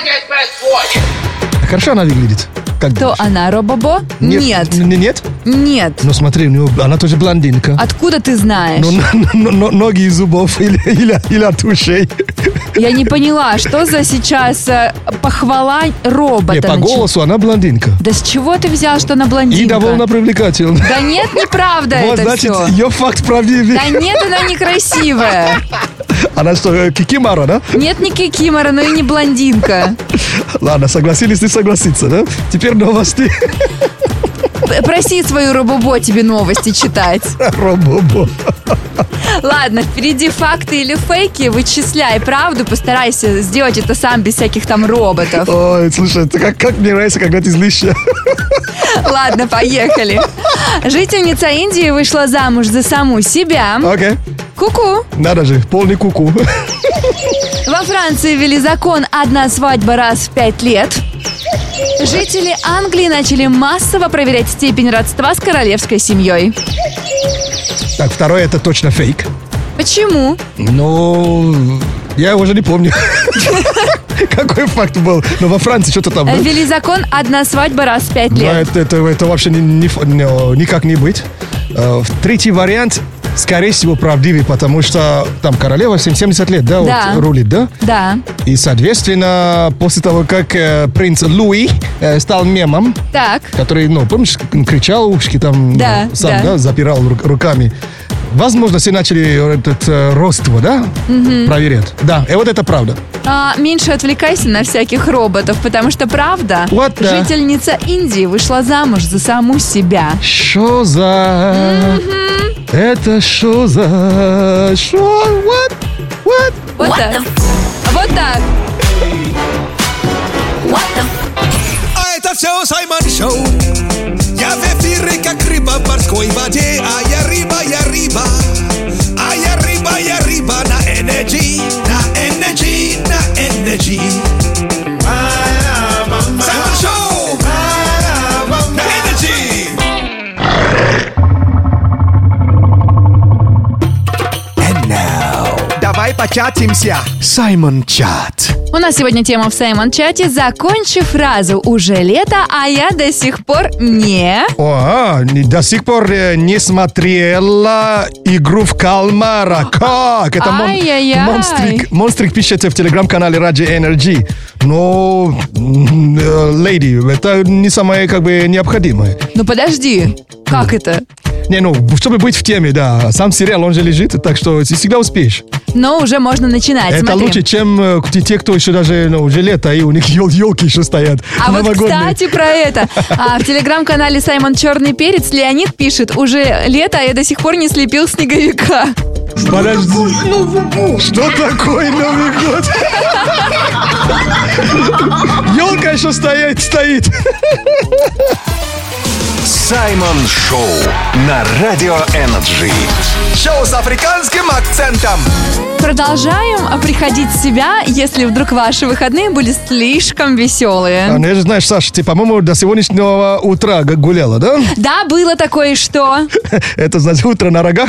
[SPEAKER 2] Хорошо она выглядит? Как
[SPEAKER 3] Кто она, Робобо? Нет.
[SPEAKER 2] Нет?
[SPEAKER 3] Нет.
[SPEAKER 2] Ну смотри, она тоже блондинка.
[SPEAKER 3] Откуда ты знаешь?
[SPEAKER 2] Ноги из зубов или от ушей.
[SPEAKER 3] Я не поняла, что за сейчас похвала робота?
[SPEAKER 2] По голосу она блондинка.
[SPEAKER 3] Да с чего ты взял, что она блондинка?
[SPEAKER 2] И довольно привлекательна.
[SPEAKER 3] Да нет, неправда
[SPEAKER 2] вот,
[SPEAKER 3] это
[SPEAKER 2] значит,
[SPEAKER 3] все.
[SPEAKER 2] ее факт правдивый.
[SPEAKER 3] Да нет, она некрасивая.
[SPEAKER 2] Она что, кикимора, да?
[SPEAKER 3] Нет, не кикимора, но и не блондинка.
[SPEAKER 2] Ладно, согласились не согласиться, да? Теперь новости.
[SPEAKER 3] Проси свою Робобо тебе новости читать.
[SPEAKER 2] Робобо.
[SPEAKER 3] Ладно, впереди факты или фейки. Вычисляй правду, постарайся сделать это сам без всяких там роботов.
[SPEAKER 2] Ой, слушай, это как мне нравится, когда ты злишься.
[SPEAKER 3] Ладно, поехали. Жительница Индии вышла замуж за саму себя.
[SPEAKER 2] Окей.
[SPEAKER 3] Ку-ку.
[SPEAKER 2] Надо же, полный куку.
[SPEAKER 3] Во Франции ввели закон «одна свадьба раз в 5 лет». Жители Англии начали массово проверять степень родства с королевской семьей.
[SPEAKER 2] Так, второе, это точно фейк.
[SPEAKER 3] Почему?
[SPEAKER 2] Ну, я уже не помню. Какой факт был? Но во Франции что-то там...
[SPEAKER 3] Ввели закон «одна свадьба раз в 5 лет».
[SPEAKER 2] Это вообще никак не быть. Третий вариант, скорее всего, правдивый, потому что там королева 70 лет, да,
[SPEAKER 3] Да.
[SPEAKER 2] Вот, рулит, да?
[SPEAKER 3] Да.
[SPEAKER 2] И, соответственно, после того, как принц Луи стал мемом,
[SPEAKER 3] Так.
[SPEAKER 2] который, помнишь, кричал ушки там,
[SPEAKER 3] Да,
[SPEAKER 2] сам,
[SPEAKER 3] да.
[SPEAKER 2] да, запирал руками. Возможно, все начали этот рост его, да, проверять. Да, и вот это правда.
[SPEAKER 3] Меньше отвлекайся на всяких роботов, потому что правда,
[SPEAKER 2] Вот да.
[SPEAKER 3] жительница Индии вышла замуж за саму себя.
[SPEAKER 2] Что за... Это что за... Что? What?
[SPEAKER 3] Вот так. Вот так.
[SPEAKER 1] А это все Саймон Шоу. Я в эфире, как рыба в морской воде. А я рыба, я рыба. А я рыба, я рыба. На Energy, на Energy, на Energy. Саймон Шоу. На Energy. And now, давай початимся. Саймон Чат.
[SPEAKER 3] У нас сегодня тема в Саймон-чате «Закончи фразу «Уже лето, а я до сих пор не...»
[SPEAKER 2] До сих пор не смотрела игру в кальмара. Как? Это
[SPEAKER 3] Ай-яй-яй.
[SPEAKER 2] Монстрик пишет в телеграм-канале Radio Energy. Но, леди, это не самое необходимое.
[SPEAKER 3] Ну подожди, как это?
[SPEAKER 2] Не, ну, чтобы быть в теме, да. Сам сериал, он же лежит, так что ты всегда успеешь.
[SPEAKER 3] Но уже можно начинать.
[SPEAKER 2] Это
[SPEAKER 3] Смотри.
[SPEAKER 2] лучше, чем те, кто еще даже, ну, уже лето, и у них елки еще стоят.
[SPEAKER 3] А вот,
[SPEAKER 2] новогодние.
[SPEAKER 3] кстати, про это. В телеграм-канале Саймон Черный Перец Леонид пишет: уже лето, а я до сих пор не слепил снеговика.
[SPEAKER 2] Подожди. Что такое Новый год? Елка еще стоит.
[SPEAKER 9] Саймон Шоу на Радио Энерджи.
[SPEAKER 1] Шоу с африканским акцентом.
[SPEAKER 3] Продолжаем приходить в себя, если вдруг ваши выходные были слишком веселые.
[SPEAKER 2] Ну, я же знаешь, Саша, ты, по-моему, до сегодняшнего утра гуляла, да?
[SPEAKER 3] Да, было такое, и что?
[SPEAKER 2] Это, значит, утро на рогах?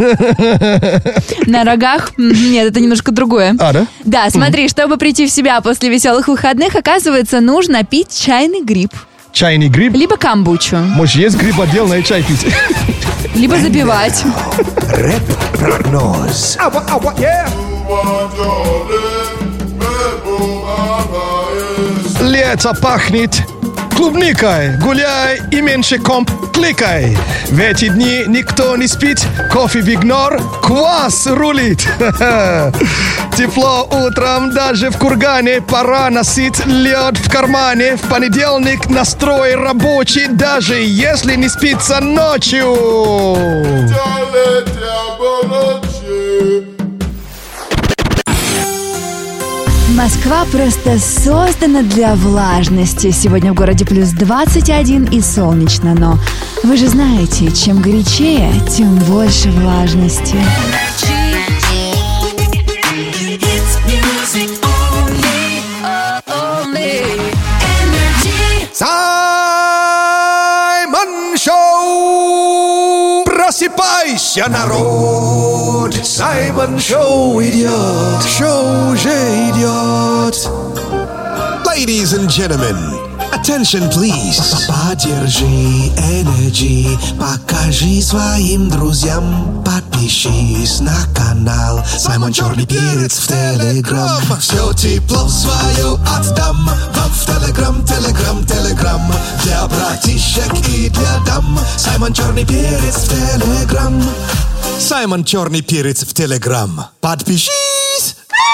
[SPEAKER 3] На рогах? Нет, это немножко другое.
[SPEAKER 2] А, да?
[SPEAKER 3] Да, смотри, чтобы прийти в себя после веселых выходных, оказывается, нужно пить чайный гриб.
[SPEAKER 2] Чайный гриб?
[SPEAKER 3] Либо камбучу.
[SPEAKER 2] Может, есть гриб отдельно и чай пить?
[SPEAKER 3] Либо запивать.
[SPEAKER 1] Рэп-прогноз.
[SPEAKER 2] Лето пахнет клубникой. Гуляй и меньше комп кликай. В эти дни никто не спит. Кофе Бигнор, квас рулит. Тепло утром даже в кургане. Пора носить лед в кармане. В понедельник настрой рабочий, даже если не спится ночью.
[SPEAKER 3] Москва просто создана для влажности. Сегодня в городе плюс 21 и солнечно. Но вы же знаете, чем горячее, тем больше влажности.
[SPEAKER 1] Саймон Шоу! Просыпайся, народ! Саймон Шоу идет! Шоу уже идет! Ladies and gentlemen, attention please! Поддержи Energy, покажи своим друзьям, подпишись на канал Саймон Черный Перец в Телеграм. Все тепло свое отдам вам в Телеграм, Телеграм, Телеграм. Для братишек и для дам Саймон Черный Перец в Телеграм. Саймон Черный Перец в Телеграм. Подпишись!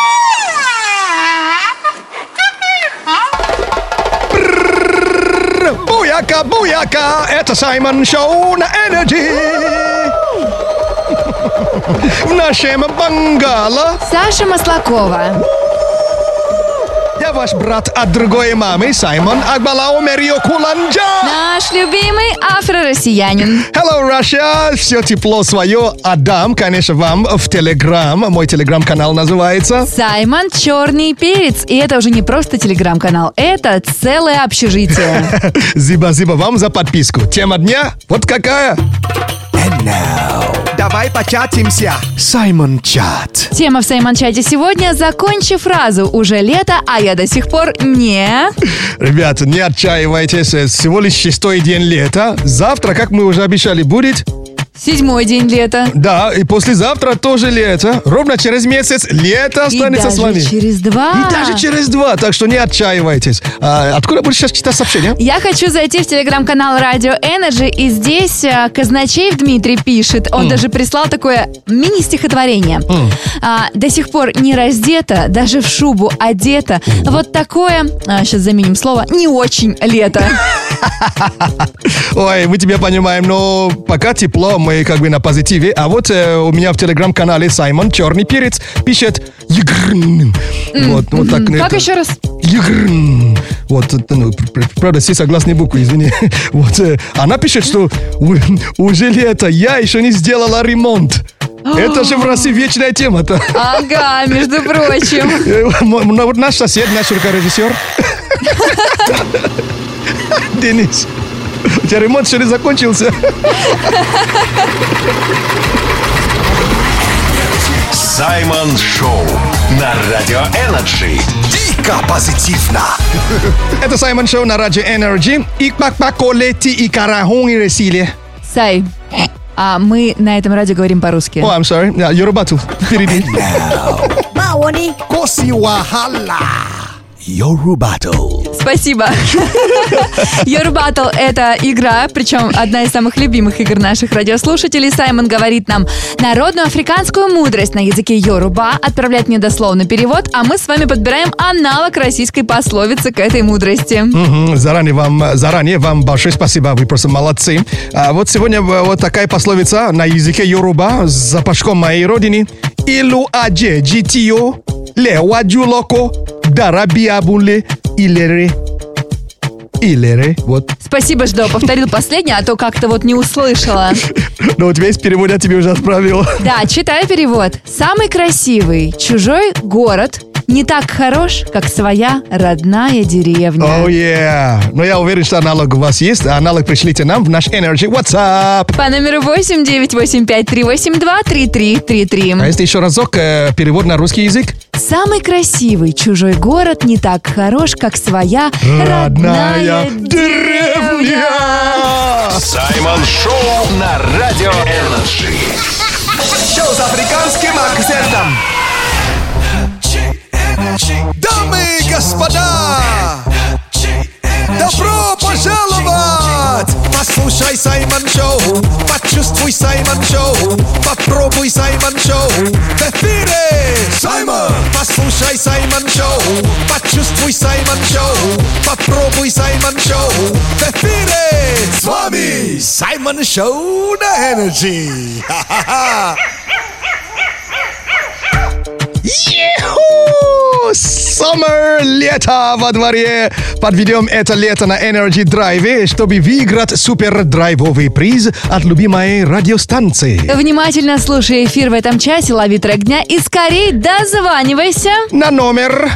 [SPEAKER 2] Буяка, буяка, это Саймон Шоу на Энерджи. В нашем бангало.
[SPEAKER 3] Саша Маслакова.
[SPEAKER 2] Я ваш брат от другой мамы, Саймон Акбалао Мерио Куланджа.
[SPEAKER 3] Наш любимый афро-россиянин.
[SPEAKER 2] Hello, Russia. Все тепло свое отдам, конечно, вам в Телеграм. Мой Телеграм-канал называется
[SPEAKER 3] Саймон Черный Перец. И это уже не просто Телеграм-канал, это целое общежитие.
[SPEAKER 2] Зиба-зиба вам за подписку. Тема дня вот какая?
[SPEAKER 1] And now, давай початимся. Саймон Чат.
[SPEAKER 3] Тема в Саймон-чате сегодня: закончи фразу «уже лето, а я до сих пор не...»
[SPEAKER 2] Ребята, не отчаивайтесь, всего лишь 6-й день лета. Завтра, как мы уже обещали, будет...
[SPEAKER 3] 7-й день лета.
[SPEAKER 2] Да, и послезавтра тоже лето. Ровно через месяц лето останется с вами.
[SPEAKER 3] И даже через 2.
[SPEAKER 2] И даже через 2, так что не отчаивайтесь. Откуда будешь сейчас читать сообщение?
[SPEAKER 3] Я хочу зайти в телеграм-канал Радио Энерджи, и здесь Казначеев Дмитрий пишет. Он даже прислал такое мини-стихотворение. До сих пор не раздета, даже в шубу одета. Вот такое, сейчас заменим слово, не очень лето.
[SPEAKER 2] Ой, мы тебя понимаем, но пока тепло, мы как бы на позитиве. А вот у меня в телеграм-канале Саймон Черный Перец пишет «Егрн». Вот так.
[SPEAKER 3] Как еще раз?
[SPEAKER 2] «Егрн». Вот, ну, правда, все согласные буквы, извини. Вот, она пишет, что уже лето, я еще не сделала ремонт. Это же в России вечная тема-то.
[SPEAKER 3] Ага, между прочим.
[SPEAKER 2] Вот наш сосед, наш рукорежиссер. Денис, у тебя ремонт еще не закончился.
[SPEAKER 9] Саймон Шоу на Радио Энерджи.
[SPEAKER 1] Дико позитивно.
[SPEAKER 2] Это Саймон Шоу на Радио Энерджи. Икпакпаколети и карахун и ресили.
[SPEAKER 3] Сай, а мы на этом радио говорим по-русски.
[SPEAKER 2] Oh, I'm sorry. Yorubatу. Впереди.
[SPEAKER 1] Коси Вахала. Yorubato.
[SPEAKER 3] Спасибо. Your Battle — это игра, причем одна из самых любимых игр наших радиослушателей. Саймон говорит нам народную африканскую мудрость на языке йоруба, отправляет мне дословный перевод, а мы с вами подбираем аналог российской пословицы к этой мудрости.
[SPEAKER 2] Заранее вам большое спасибо, вы просто молодцы. А вот сегодня вот такая пословица на языке йоруба с запашком моей родины. Илу адже джитио лева джулоко дарабиабуле илере. Илере, вот.
[SPEAKER 3] Спасибо, что повторил последнее, а то как-то вот не услышала.
[SPEAKER 2] Но у тебя есть перевод, я тебе уже отправил.
[SPEAKER 3] Да, читаю перевод. Самый красивый чужой город не так хорош, как своя родная деревня.
[SPEAKER 2] Oh yeah. Но я уверен, что аналог у вас есть. Аналог пришлите нам в наш Energy WhatsApp.
[SPEAKER 3] По номеру 8-985-382-3333.
[SPEAKER 2] А если еще разок перевод на русский язык?
[SPEAKER 3] Самый красивый чужой город не так хорош, как своя родная деревня.
[SPEAKER 9] Саймон Шоу на Радио Энерджи.
[SPEAKER 1] Шоу с африканским акцентом. Дамы и господа, добро пожаловать! Послушай Саймон Шоу, почувствуй Саймон Шоу, попробуй Саймон Шоу в эфире. Саймон! Послушай Саймон Шоу, почувствуй Саймон Шоу, попробуй Саймон Шоу в эфире. С вами Саймон Шоу на Energy. Ха-ха-ха!
[SPEAKER 2] Summer, лето во дворе. Подведем это лето на Energy Drive, чтобы выиграть супер драйвовый приз от любимой радиостанции.
[SPEAKER 3] Внимательно слушай эфир в этом часе, лови трек дня и скорей дозванивайся
[SPEAKER 2] На номер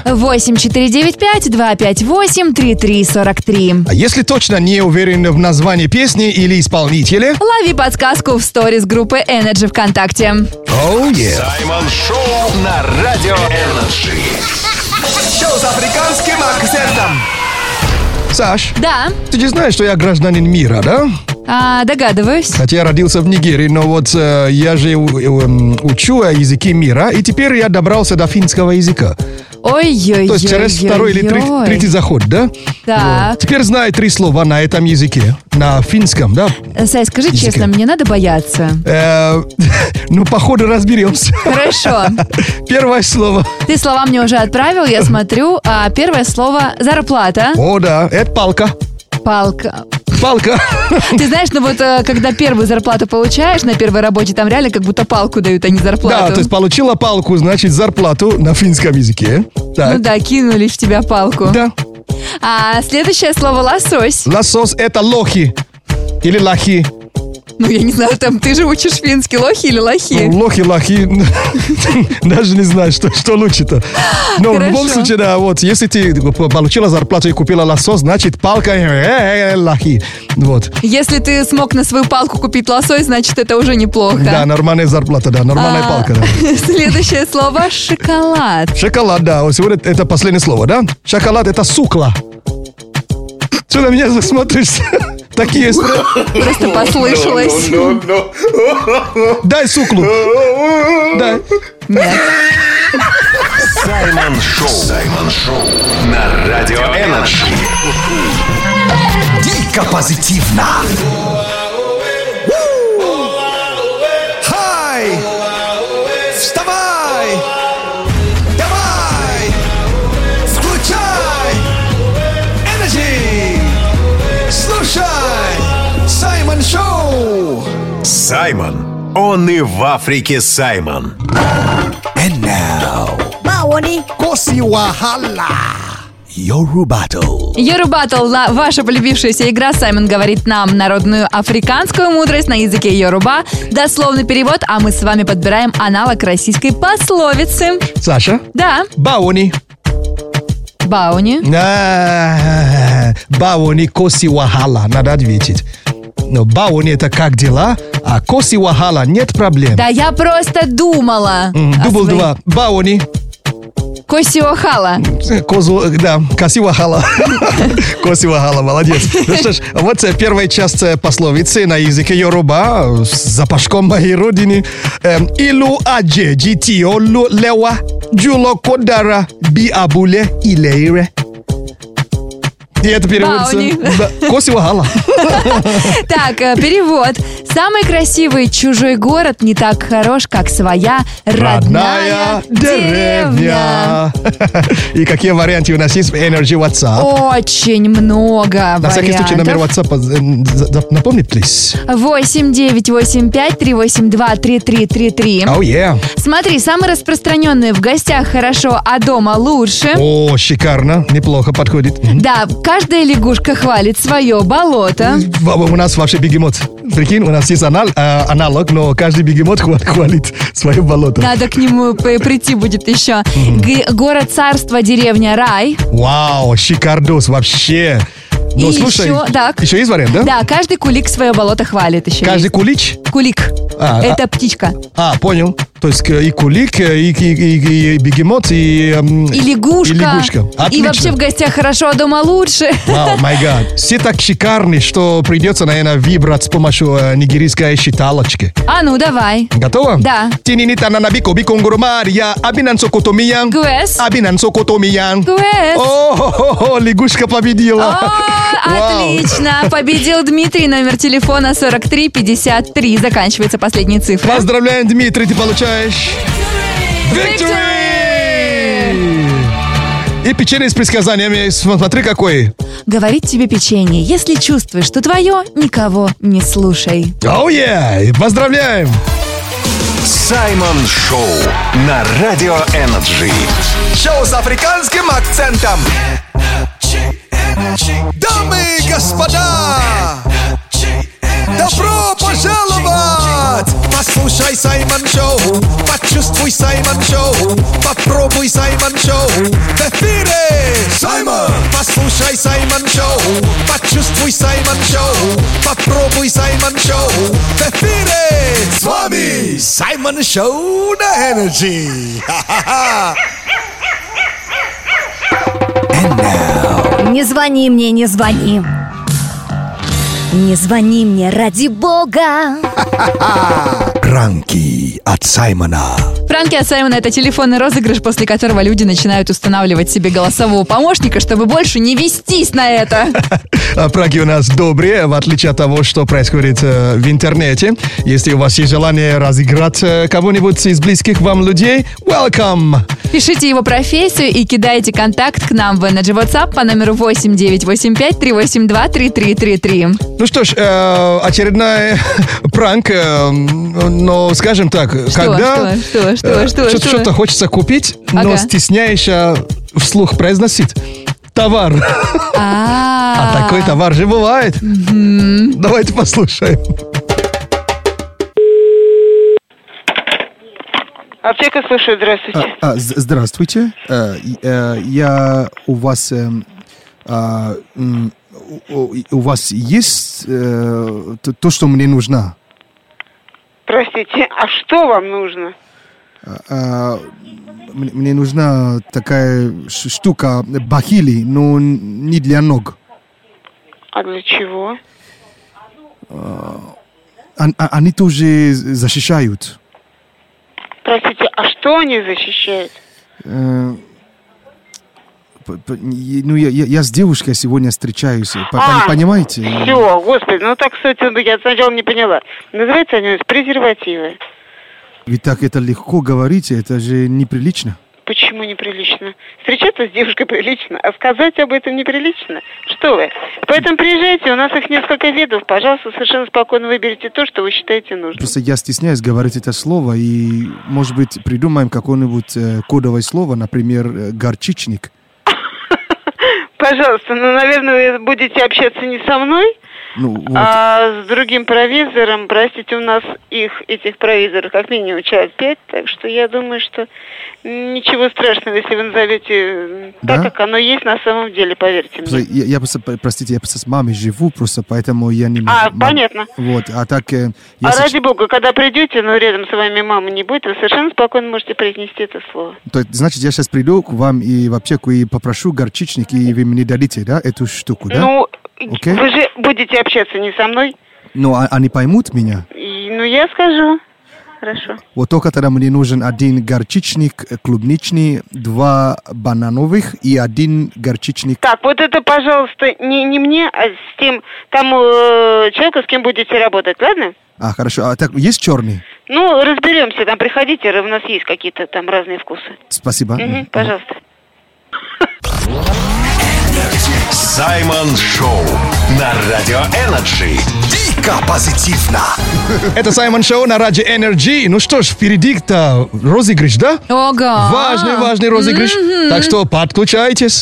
[SPEAKER 3] 8495-258-3343.
[SPEAKER 2] А если точно не уверен в названии песни или исполнителя,
[SPEAKER 3] Лови подсказку в сторис группы Energy ВКонтакте.
[SPEAKER 2] oh yeah.
[SPEAKER 9] Саймон Шоу на Радио Энерджи.
[SPEAKER 1] Шоу с африканским акцентом.
[SPEAKER 2] Саш,
[SPEAKER 3] Да,
[SPEAKER 2] ты же знаешь, что я гражданин мира, да?
[SPEAKER 3] догадываюсь.
[SPEAKER 2] Хотя я родился в Нигерии, но вот я же учу языки мира, и теперь я добрался до финского языка.
[SPEAKER 3] Ой-ой-ой.
[SPEAKER 2] То есть через второй или третий заход, да?
[SPEAKER 3] Так.
[SPEAKER 2] Вот. Теперь знаю 3 слова на этом языке, на финском, да?
[SPEAKER 3] Сай, скажи
[SPEAKER 2] Языке.
[SPEAKER 3] честно, мне надо бояться.
[SPEAKER 2] Ну, походу, разберемся.
[SPEAKER 3] Хорошо.
[SPEAKER 2] Первое слово.
[SPEAKER 3] Ты слова мне уже отправил, я смотрю. А первое слово — зарплата.
[SPEAKER 2] О, да, это палка.
[SPEAKER 3] Палка.
[SPEAKER 2] Палка.
[SPEAKER 3] Ты знаешь, ну вот когда первую зарплату получаешь на первой работе, там реально как будто палку дают, а не зарплату.
[SPEAKER 2] Да, то есть получила палку, значит, зарплату на финском языке. Так.
[SPEAKER 3] Ну да, кинули в тебя палку.
[SPEAKER 2] Да.
[SPEAKER 3] А следующее слово — лосось.
[SPEAKER 2] Лосось это лохи. Или лохи.
[SPEAKER 3] Ну, я не знаю, там ты же учишь финский, лохи или лохи?
[SPEAKER 2] Лохи. Даже не знаю, что лучше-то. Но в любом случае, да, вот, если ты получила зарплату и купила лосось, значит, палка лохи. Вот.
[SPEAKER 3] Если ты смог на свою палку купить лосось, значит, это уже неплохо.
[SPEAKER 2] Да, нормальная зарплата, да, нормальная палка, да.
[SPEAKER 3] Следующее слово — шоколад.
[SPEAKER 2] Шоколад, да, вот сегодня это последнее слово, да? Шоколад это сукла. Что на меня смотришь? Такие...
[SPEAKER 3] Просто послышалось.
[SPEAKER 2] Дай суклу. Дай.
[SPEAKER 3] Нет.
[SPEAKER 9] Саймон Шоу на Радио Энерджи.
[SPEAKER 1] Дико позитивно. Хай! Вставай! Давай! Включай! Energy! Слушай! Саймон Шоу!
[SPEAKER 9] Саймон. Он и в Африке Саймон.
[SPEAKER 1] And now... Коси Вахала! Йорубатл.
[SPEAKER 3] Йорубатл, ваша полюбившаяся игра. Саймон говорит нам народную африканскую мудрость на языке йоруба. Дословный перевод, а мы с вами подбираем аналог российской пословицы.
[SPEAKER 2] Саша?
[SPEAKER 3] Да.
[SPEAKER 2] Бауни.
[SPEAKER 3] Бауни.
[SPEAKER 2] Бауни коси вахала. Надо ответить. Но бауни это как дела, а коси вахала нет проблем.
[SPEAKER 3] Да я просто думала.
[SPEAKER 2] Дубл 2. Бауни.
[SPEAKER 3] Коси Охала.
[SPEAKER 2] Козу, да, коси вахала. Коси вахала, молодец. Ну что ж, вот первая часть пословицы на языке йоруба с запашком моей родины. Илу адже джитио лева джуло кодара би абуле илейре. И это переводится...
[SPEAKER 3] Бауни.
[SPEAKER 2] Да, Косио-Гала.
[SPEAKER 3] Так, перевод. Самый красивый чужой город не так хорош, как своя родная деревня.
[SPEAKER 2] И какие варианты у нас есть в Energy WhatsApp?
[SPEAKER 3] Очень много
[SPEAKER 2] На всякий случай номер
[SPEAKER 3] вариантов.
[SPEAKER 2] WhatsApp напомни, please.
[SPEAKER 3] 8-985-382-3333.
[SPEAKER 2] Oh, yeah.
[SPEAKER 3] Смотри, самый распространенный: в гостях хорошо, а дома лучше.
[SPEAKER 2] О, шикарно, неплохо подходит.
[SPEAKER 3] Да, каждая лягушка хвалит свое болото.
[SPEAKER 2] У нас вообще бегемот. Прикинь, у нас есть аналог, но каждый бегемот хвалит свое болото.
[SPEAKER 3] Надо к нему прийти будет еще. Город царство, деревня рай.
[SPEAKER 2] Вау, шикардос вообще. Ну,
[SPEAKER 3] И
[SPEAKER 2] слушай,
[SPEAKER 3] еще, так.
[SPEAKER 2] еще есть вариант, да?
[SPEAKER 3] Да, каждый кулик свое болото хвалит еще.
[SPEAKER 2] Каждый
[SPEAKER 3] есть.
[SPEAKER 2] кулич?
[SPEAKER 3] Кулик. Это птичка.
[SPEAKER 2] Понял. То есть и кулик, и бегемот, и
[SPEAKER 3] лягушка.
[SPEAKER 2] И лягушка.
[SPEAKER 3] И
[SPEAKER 2] Отлично.
[SPEAKER 3] вообще в гостях хорошо, а дома лучше.
[SPEAKER 2] Вау, май гад. Все так шикарны, что придется, наверное, выбрать с помощью нигерийской считалочки.
[SPEAKER 3] А ну, давай.
[SPEAKER 2] Готово?
[SPEAKER 3] Да.
[SPEAKER 2] Тининита нанабико биконгурумария, абинан сокотомиян.
[SPEAKER 3] Гуэс.
[SPEAKER 2] Абинан сокотомиян.
[SPEAKER 3] Гуэс.
[SPEAKER 2] О, лягушка победила.
[SPEAKER 3] Отлично. Победил Дмитрий. Номер телефона 4353. Заканчивается последней цифрой.
[SPEAKER 2] Поздравляем, Дмитрий, ты получаешь Victory! И печенье с предсказаниями. Смотри, какой.
[SPEAKER 3] Говорит тебе печенье: если чувствуешь, что твое, никого не слушай.
[SPEAKER 2] Оу, yeah! Поздравляем!
[SPEAKER 9] Саймон Шоу на Радио Энерджи.
[SPEAKER 1] Шоу с африканским акцентом. Дамы и господа, добро пожаловать! Послушай Саймон Шоу, почувствуй Саймон Шоу, попробуй Саймон Шоу в эфире. Саймон! Послушай Саймон Шоу, почувствуй Саймон Шоу, попробуй Саймон Шоу в эфире. С вами Саймон Шоу на Energy. Ха-ха-ха!
[SPEAKER 10] Не звони мне, не звони. Не звони мне, ради бога.
[SPEAKER 8] Пранки от Саймона.
[SPEAKER 3] Пранки от Саймона — это телефонный розыгрыш, после которого люди начинают устанавливать себе голосового помощника, чтобы больше не вестись на это.
[SPEAKER 2] Пранки у нас добрые, в отличие от того, что происходит в интернете. Если у вас есть желание разыграть кого-нибудь из близких вам людей, welcome!
[SPEAKER 3] Пишите его профессию и кидайте контакт к нам в Energy WhatsApp по номеру 8985-382-3333.
[SPEAKER 2] Ну что ж, очередной пранк, но скажем так, когда что-то хочется купить, но стесняешься вслух произносить. Товар. А такой товар же бывает. Давайте послушаем.
[SPEAKER 11] Аптека слушает, здравствуйте.
[SPEAKER 12] Здравствуйте. Я у вас... У вас есть то, что мне нужно?
[SPEAKER 11] Простите, а что вам нужно?
[SPEAKER 12] Мне нужна такая штука, бахили, но не для ног.
[SPEAKER 11] А для чего?
[SPEAKER 12] Они тоже защищают.
[SPEAKER 11] Простите, а что они защищают?
[SPEAKER 12] Ну, я с девушкой сегодня встречаюсь, понимаете?
[SPEAKER 11] Все, господи, ну так, кстати, я сначала не поняла. Называется они презервативы.
[SPEAKER 12] Ведь так это легко говорите, это же неприлично.
[SPEAKER 11] Почему неприлично? Встречаться с девушкой прилично, а сказать об этом неприлично? Что вы? Поэтому приезжайте, у нас их несколько видов. Пожалуйста, совершенно спокойно выберите то, что вы считаете нужным.
[SPEAKER 12] Просто я стесняюсь говорить это слово, и, может быть, придумаем какое-нибудь кодовое слово, например, горчичник.
[SPEAKER 11] Пожалуйста, ну, наверное, вы будете общаться не со мной, а с другим провизором. Простите, у нас этих провизоров как минимум человек 5, так что я думаю, что ничего страшного, если вы назовете так, как оно есть на самом деле, поверьте мне.
[SPEAKER 12] Я просто, простите, я просто с мамой живу, просто поэтому я не могу.
[SPEAKER 11] Понятно.
[SPEAKER 12] Вот, а так...
[SPEAKER 11] ради бога, когда придете, но рядом с вами мамы не будет, вы совершенно спокойно можете произнести это слово.
[SPEAKER 12] То есть, значит, я сейчас приду к вам и в аптеку и попрошу горчичник, и вы мне дадите, да, эту штуку, да?
[SPEAKER 11] Ну, вы же будете общаться не со мной.
[SPEAKER 12] Ну, они поймут меня?
[SPEAKER 11] Ну, я скажу. хорошо.
[SPEAKER 12] Вот только тогда мне нужен 1 горчичник клубничный, 2 банановых и 1 горчичник...
[SPEAKER 11] Так, вот это, пожалуйста, не мне, а с тем человека, с кем будете работать, ладно?
[SPEAKER 12] Хорошо. А так, есть черный?
[SPEAKER 11] Ну, разберемся, там приходите, у нас есть какие-то там разные вкусы.
[SPEAKER 12] Спасибо.
[SPEAKER 11] Пожалуйста.
[SPEAKER 9] Саймон Шоу на Радио Энерджи.
[SPEAKER 1] Дико позитивно.
[SPEAKER 2] Это Саймон Шоу на Радио Энерджи. Ну что ж, впереди-то розыгрыш, да?
[SPEAKER 3] Ого!
[SPEAKER 2] Важный розыгрыш. Так что подключайтесь.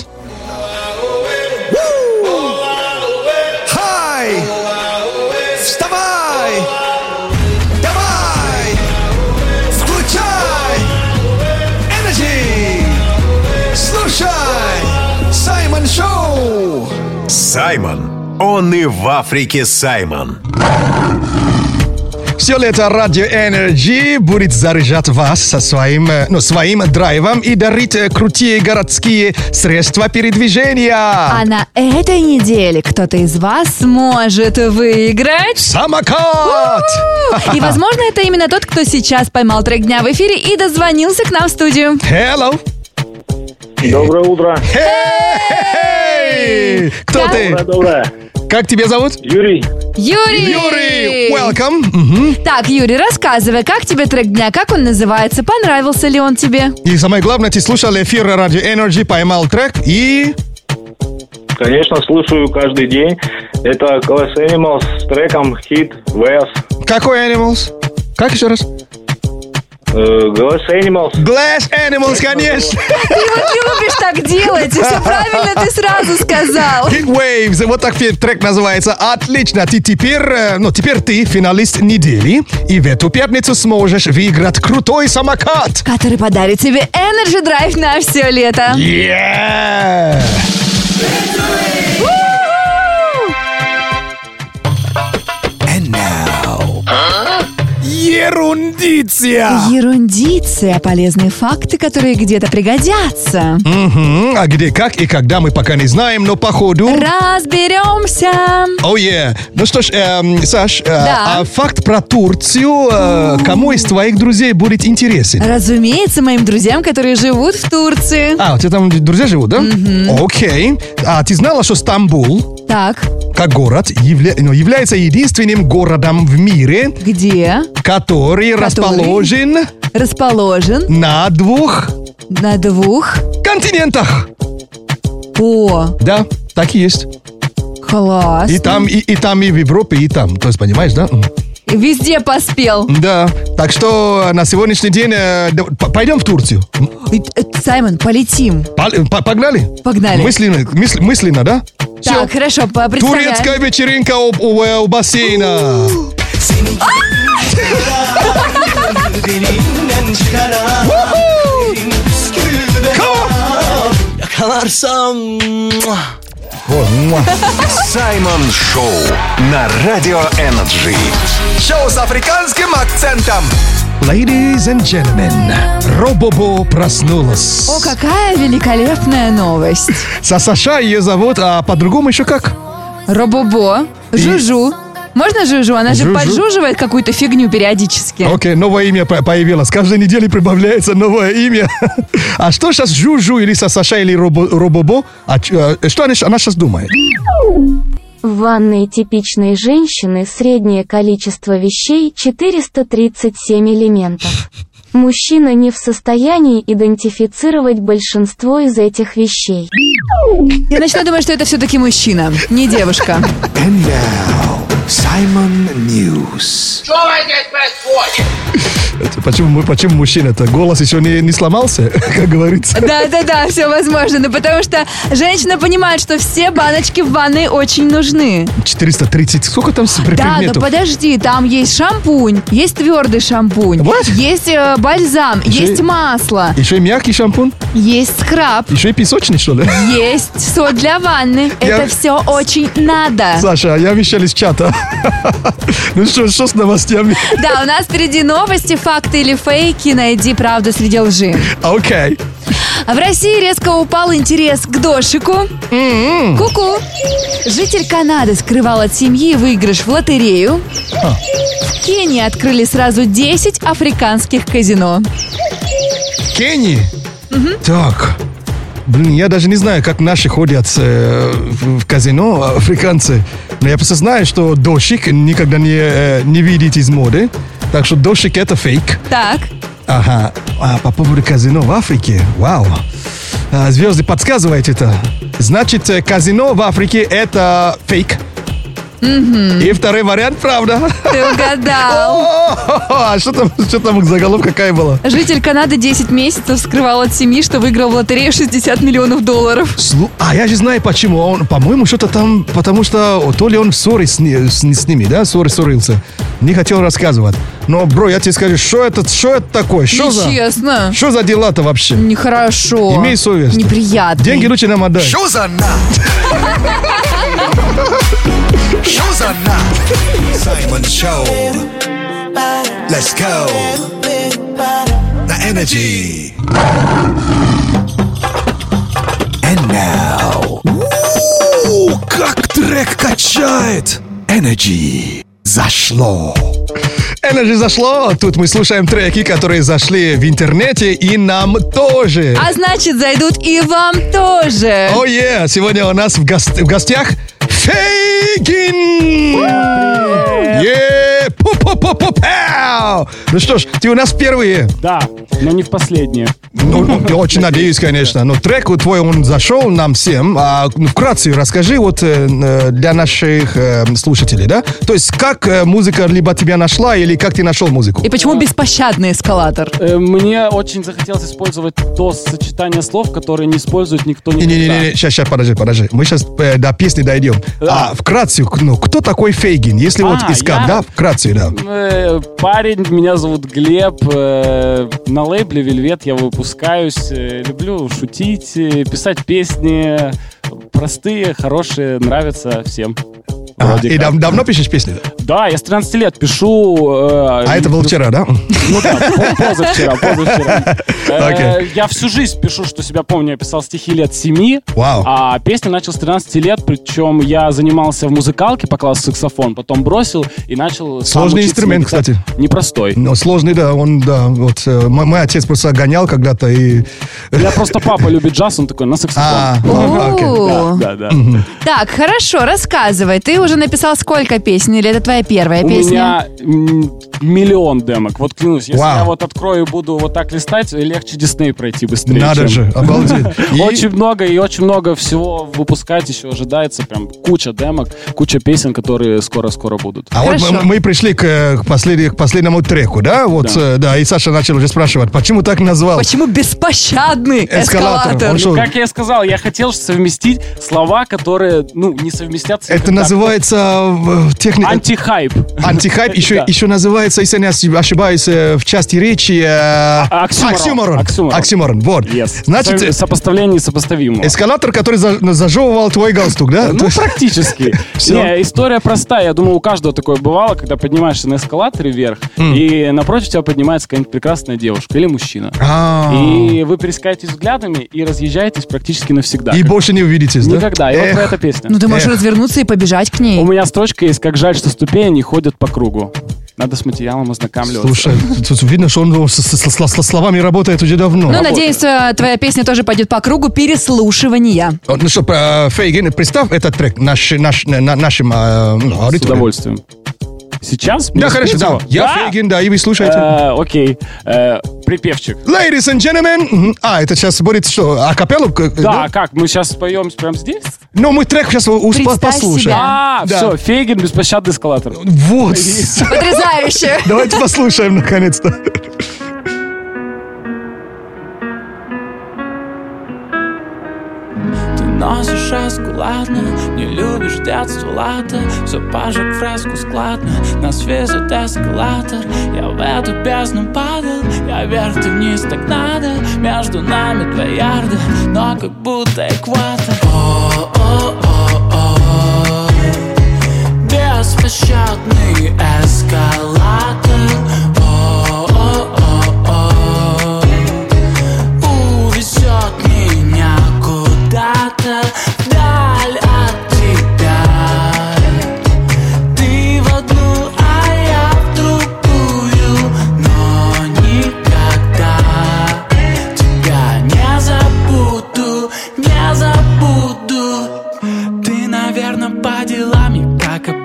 [SPEAKER 1] Хай! Вставай! Давай! Включай! Energy! Слушай! Саймон Шоу!
[SPEAKER 9] Саймон. Он и в Африке Саймон.
[SPEAKER 2] Все лето Радио Энерджи будет заряжать вас со своим драйвом и дарить крутые городские средства передвижения.
[SPEAKER 3] А на этой неделе кто-то из вас сможет выиграть...
[SPEAKER 2] Самокат!
[SPEAKER 3] И, возможно, это именно тот, кто сейчас поймал трек дня в эфире и дозвонился к нам в студию.
[SPEAKER 2] Hello!
[SPEAKER 13] Доброе утро.
[SPEAKER 2] Hey! Кто ты?
[SPEAKER 13] Доброе.
[SPEAKER 2] Как тебя зовут?
[SPEAKER 13] Юрий.
[SPEAKER 3] Юрий!
[SPEAKER 2] Welcome.
[SPEAKER 3] Так, Юрий, рассказывай, как тебе трек дня, как он называется, понравился ли он тебе?
[SPEAKER 2] И самое главное, ты слушал эфир Радио Энерджи, поймал трек и...
[SPEAKER 13] Конечно, слушаю каждый день. Это Glass Animals с треком Hit West.
[SPEAKER 2] Какой Animals? Как еще раз?
[SPEAKER 13] Glass Animals.
[SPEAKER 2] Glass Animals, конечно.
[SPEAKER 3] Ты вот любишь так делать, и все правильно ты сразу сказал.
[SPEAKER 2] Hit Waves, вот так трек называется. Отлично, теперь ты финалист недели, и в эту пятницу сможешь выиграть крутой самокат,
[SPEAKER 3] который подарит тебе Energy Drive на все лето.
[SPEAKER 2] Yeah!
[SPEAKER 1] And now...
[SPEAKER 3] Ерундиция. Полезные факты, которые где-то пригодятся.
[SPEAKER 2] А где, как и когда мы пока не знаем, но походу...
[SPEAKER 3] Разберемся.
[SPEAKER 2] Ну что ж, Саш,
[SPEAKER 3] Да.
[SPEAKER 2] а факт про Турцию кому из твоих друзей будет интересен?
[SPEAKER 3] Разумеется, моим друзьям, которые живут в Турции.
[SPEAKER 2] У тебя там друзья живут, да? Окей. А ты знала, что Стамбул,
[SPEAKER 3] Так,
[SPEAKER 2] как город, является единственным городом в мире,
[SPEAKER 3] где?
[SPEAKER 2] который расположен на двух
[SPEAKER 3] континентах.
[SPEAKER 2] Да, так и есть.
[SPEAKER 3] Класс.
[SPEAKER 2] И там, и в Европе, и там. То есть, понимаешь, да?
[SPEAKER 3] Везде поспел.
[SPEAKER 2] Да. Так что на сегодняшний день пойдем в Турцию.
[SPEAKER 3] Саймон, полетим.
[SPEAKER 2] Погнали?
[SPEAKER 3] Погнали.
[SPEAKER 2] Мысленно, да?
[SPEAKER 3] Так, хорошо, представляем.
[SPEAKER 2] Турецкая вечеринка у бассейна.
[SPEAKER 9] Саймон Шоу на Радио Энерджи.
[SPEAKER 1] Шоу с африканским акцентом.
[SPEAKER 2] Ladies and gentlemen, Робобо проснулась.
[SPEAKER 3] О, какая великолепная новость.
[SPEAKER 2] Саша ее зовут, а по-другому еще как?
[SPEAKER 3] Робобо. Жужу. Можно Жужу? Она же
[SPEAKER 2] Жужу.
[SPEAKER 3] поджуживает какую-то фигню периодически.
[SPEAKER 2] Окей, новое имя появилось. Каждой неделе прибавляется новое имя. А что сейчас Жужу или Саша или Робобо? Что она сейчас думает?
[SPEAKER 7] В ванной типичной женщины среднее количество вещей 437 элементов. Мужчина не в состоянии идентифицировать большинство из этих вещей.
[SPEAKER 3] Я начну думать, что это все-таки мужчина, не девушка.
[SPEAKER 1] And now, Simon News.
[SPEAKER 2] Почему мужчина-то? Голос еще не сломался, как говорится?
[SPEAKER 3] Да, все возможно. Но потому что женщина понимает, что все баночки в ванной очень нужны.
[SPEAKER 2] 430, сколько там
[SPEAKER 3] Да,
[SPEAKER 2] предметов?
[SPEAKER 3] но подожди, там есть шампунь, есть твердый шампунь, есть бальзам, есть масло,
[SPEAKER 2] Еще и мягкий шампунь?
[SPEAKER 3] есть скраб,
[SPEAKER 2] Еще и песочный, что ли?
[SPEAKER 3] есть соль для ванны. Это все очень надо.
[SPEAKER 2] Саша, я вещал из чата. Ну что с новостями?
[SPEAKER 3] Да, у нас впереди новости, факты или фейки. Найди правду среди лжи.
[SPEAKER 2] Окей.
[SPEAKER 3] А в России резко упал интерес к дошику. Ку-ку. Житель Канады скрывал от семьи выигрыш в лотерею. В Кении открыли сразу 10 африканских казино.
[SPEAKER 2] Кении? Так. Блин, я даже не знаю, как наши ходят в казино, африканцы. Но я просто знаю, что дошик никогда не видите из моды. Так что дошик это фейк.
[SPEAKER 3] Так.
[SPEAKER 2] Ага. А по поводу казино в Африке, вау. Звезды подсказывают это. Значит, казино в Африке это фейк. И второй вариант, правда.
[SPEAKER 3] Ты угадал.
[SPEAKER 2] А что там заголовка какая была?
[SPEAKER 3] Житель Канады 10 месяцев скрывал от семьи, что выиграл в лотерею $60 миллионов.
[SPEAKER 2] А я же знаю почему. Он, по-моему, что-то там, потому что то ли он в ссоре с ними, да, ссорился. Не хотел рассказывать. Но, бро, я тебе скажу, что это такое?
[SPEAKER 3] Нечестно.
[SPEAKER 2] Что за дела-то вообще?
[SPEAKER 3] Нехорошо.
[SPEAKER 2] Имей совесть.
[SPEAKER 3] Неприятно.
[SPEAKER 2] Деньги лучше нам отдай.
[SPEAKER 1] Что за на? Что за на? Саймон Шоу. Let's go. На Energy. And now. Как трек качает. Energy. Зашло.
[SPEAKER 2] Energy зашло. Тут мы слушаем треки, которые зашли в интернете, и нам тоже.
[SPEAKER 3] А значит, зайдут и вам тоже.
[SPEAKER 2] О, сегодня у нас в гостях Фейгин! Ну что ж, ты у нас впервые.
[SPEAKER 14] Да, но не в последнее.
[SPEAKER 2] Очень надеюсь, конечно. Но трек твой, он зашел нам всем. Вкратце расскажи вот для наших слушателей, да? То есть, как музыка либо тебя нашла, или как ты нашел музыку?
[SPEAKER 3] И почему беспощадный эскалатор?
[SPEAKER 14] Мне очень захотелось использовать то сочетание слов, которые не использует никто никогда.
[SPEAKER 2] Не, сейчас, подожди. Мы сейчас до песни дойдем.
[SPEAKER 14] Да.
[SPEAKER 2] Вкратце, кто такой Фейгин? Если вот искать, да? Вкратце, да.
[SPEAKER 14] Парень, меня зовут Глеб. На лейбле Velvet я выпускаюсь. Люблю шутить, писать песни. Простые, хорошие, нравятся всем.
[SPEAKER 2] И давно пишешь песни?
[SPEAKER 14] Да, я с 13 лет пишу.
[SPEAKER 2] Это было вчера, да?
[SPEAKER 14] Ну да, позавчера. Я всю жизнь пишу, что себя помню. Я писал стихи лет 7.
[SPEAKER 2] Вау.
[SPEAKER 14] А песни начал с 13 лет. Причем я занимался в музыкалке по классу саксофон. Потом бросил и начал...
[SPEAKER 2] Сложный инструмент, кстати.
[SPEAKER 14] Непростой.
[SPEAKER 2] Но сложный, да. Вот мой отец просто гонял когда-то и...
[SPEAKER 14] Я просто папа любит джаз, он такой на саксофон. Да.
[SPEAKER 3] Так, хорошо, рассказывай. Ты уже написал сколько песен, или это твоя первая песня?
[SPEAKER 14] У меня миллион демок. Вот клянусь, если я вот открою и буду вот так листать, легче Дисней пройти быстрее.
[SPEAKER 2] Надо же, обалдеть.
[SPEAKER 14] Очень много всего выпускать еще ожидается. Прям куча демок, куча песен, которые скоро-скоро будут.
[SPEAKER 2] А вот мы пришли к последнему треку, да? Вот, да, и Саша начал уже спрашивать, почему так назвал?
[SPEAKER 3] Почему беспощадный эскалатор?
[SPEAKER 14] Ну, как я сказал, я хотел совместить слова, которые, не совместятся.
[SPEAKER 2] Это называется техника...
[SPEAKER 14] Антихайп.
[SPEAKER 2] Антихайп еще называется, если не ошибаюсь, в части речи... Оксюморон. Вот.
[SPEAKER 14] Yes.
[SPEAKER 2] Значит,
[SPEAKER 14] сопоставление сопоставимого.
[SPEAKER 2] Эскалатор, который зажевывал твой галстук, да?
[SPEAKER 14] Ну, практически. Не, история простая. Я думаю, у каждого такое бывало, когда поднимаешься на эскалаторе вверх, и напротив тебя поднимается какая-нибудь прекрасная девушка или мужчина. И вы пересекаетесь взглядами и разъезжаетесь практически навсегда.
[SPEAKER 2] И больше не увидитесь, да?
[SPEAKER 14] Никогда. И вот про эта песня.
[SPEAKER 3] Ну, ты можешь развернуться и побежать к ней.
[SPEAKER 14] У меня строчка есть: как жаль, что ступени ходят по кругу. Надо с материалом ознакомливаться.
[SPEAKER 2] Слушай, тут видно, что он со словами работает уже давно.
[SPEAKER 3] Ну, надеюсь, твоя песня тоже пойдет по кругу переслушивания.
[SPEAKER 2] Ну что, Фейгин, представь этот трек нашим аудиториям.
[SPEAKER 14] С удовольствием. Сейчас?
[SPEAKER 2] Да, хорошо, да. Я Фейгин, да, и вы слушаете.
[SPEAKER 14] Окей. Припевчик.
[SPEAKER 2] Ladies and gentlemen. Это сейчас будет что, акапеллу?
[SPEAKER 14] Да, как? Мы сейчас споем прямо здесь?
[SPEAKER 2] Ну, мы трек сейчас послушаем.
[SPEAKER 14] Все, Фейгин, беспощадный эскалатор.
[SPEAKER 2] Вот.
[SPEAKER 3] Потрясающе.
[SPEAKER 2] Давайте послушаем, наконец-то.
[SPEAKER 15] Носишь эску, ладно, не любишь детство, лата. Все пажик фреску складно, нас везет эскалатор. Я в эту бездну падал, я вверх, ты вниз, так надо. Между нами 2 ярда, но как будто экватор. О-о-о-о, беспощадный эскалатор. О-о-о-о, увезет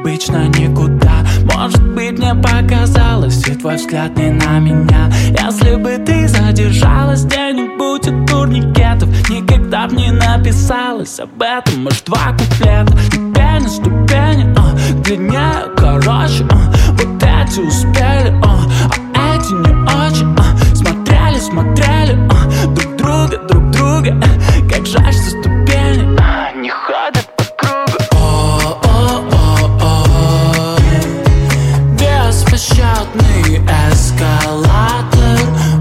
[SPEAKER 15] обычно никуда. Может быть, мне показалось, и твой взгляд не на меня. Если бы ты задержалась где-нибудь у турникетов, никогда б не написалось об этом. Может, 2 куплета, ступени, ступени, длиннее, короче, вот эти успели, а эти не очень. Смотрели, смотрели друг друга, как жаль, что ступени не ходят по кругу. Беспощадный эскалатор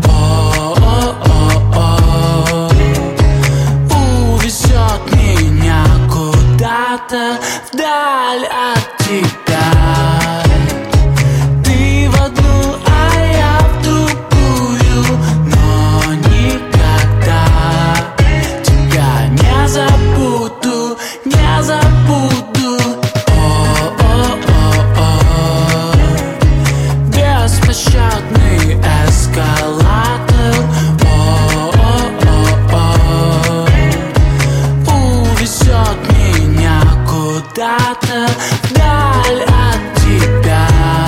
[SPEAKER 15] увезет меня куда-то вдаль от тебя. Ты в одну, а я в другую, но никогда тебя не забуду, не забуду. Беспощадный эскалатор увезет меня куда-то вдаль от тебя.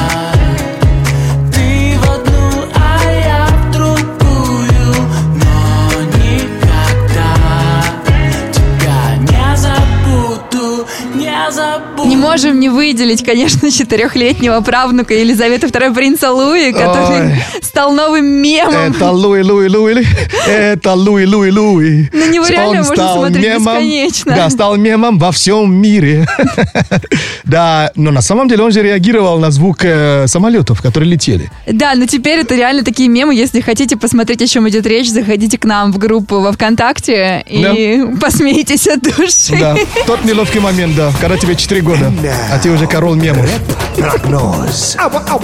[SPEAKER 15] Ты в одну, а я в другую, но никогда тебя не забуду, не забуду.
[SPEAKER 3] Не можем не выделить, конечно, 4-летнего правнука Елизаветы II принца Луи, который стал новым мемом.
[SPEAKER 2] Это Луи. Это Луи.
[SPEAKER 3] На него реально
[SPEAKER 2] Он
[SPEAKER 3] можно
[SPEAKER 2] стал
[SPEAKER 3] смотреть
[SPEAKER 2] мемом,
[SPEAKER 3] бесконечно.
[SPEAKER 2] Да, стал мемом во всем мире. Да, но на самом деле он же реагировал на звук самолетов, которые летели.
[SPEAKER 3] Да, но теперь это реально такие мемы. Если хотите посмотреть, о чем идет речь, заходите к нам в группу во ВКонтакте и посмейтесь от души.
[SPEAKER 2] Да, тот неловкий момент, да, когда тебе 4 года, а ты уже король мемов.
[SPEAKER 1] Прогноз.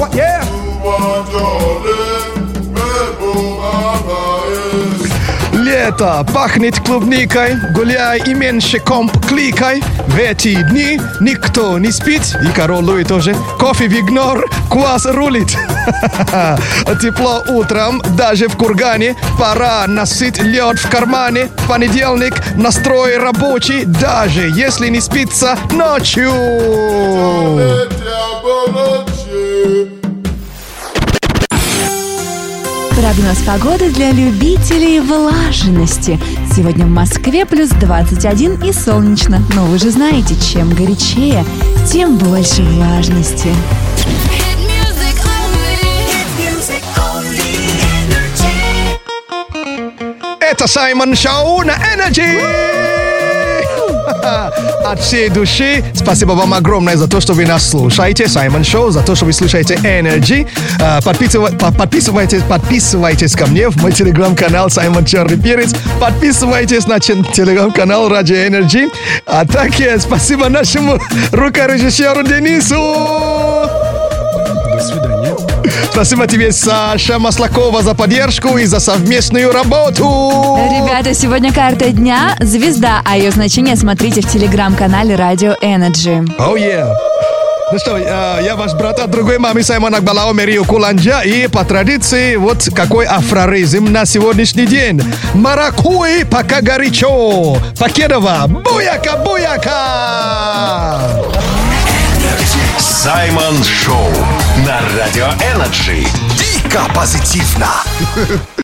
[SPEAKER 2] Лето пахнет клубникой, гуляй и меньше комп кликай. В эти дни никто не спит, и король Луи тоже. Кофе в игнор, квас рулит. Тепло утром, даже в кургане. Пора носить лед в кармане. Понедельник, настрой рабочий, даже если не спится ночью.
[SPEAKER 3] Прогноз погоды для любителей влажности. Сегодня в Москве плюс 21 и солнечно. Но вы же знаете, чем горячее, тем больше влажности.
[SPEAKER 2] Это Саймон Шоу на Energy! От всей души спасибо вам огромное за то, что вы нас слушаете. Саймон Шоу, за то, что вы слушаете Energy. Подписывайтесь ко мне в мой телеграм-канал Саймон Черный Перец. Подписывайтесь на телеграм-канал Радио Energy. А так спасибо нашему рукорежиссеру Денису.
[SPEAKER 12] До свидания.
[SPEAKER 2] Спасибо тебе, Саша Маслакова, за поддержку и за совместную работу.
[SPEAKER 3] Ребята, сегодня карта дня «Звезда», а ее значение смотрите в телеграм-канале Радио Energy.
[SPEAKER 2] Oh yeah. Ну что, я ваш брат от другой мамы Саймон Акбалао Мерио Куланджа. И по традиции вот какой афроризм на сегодняшний день. Маракуй, пока горячо. Покедова, буяка.
[SPEAKER 9] Саймон Шоу на Радио Energy.
[SPEAKER 1] Дико позитивно.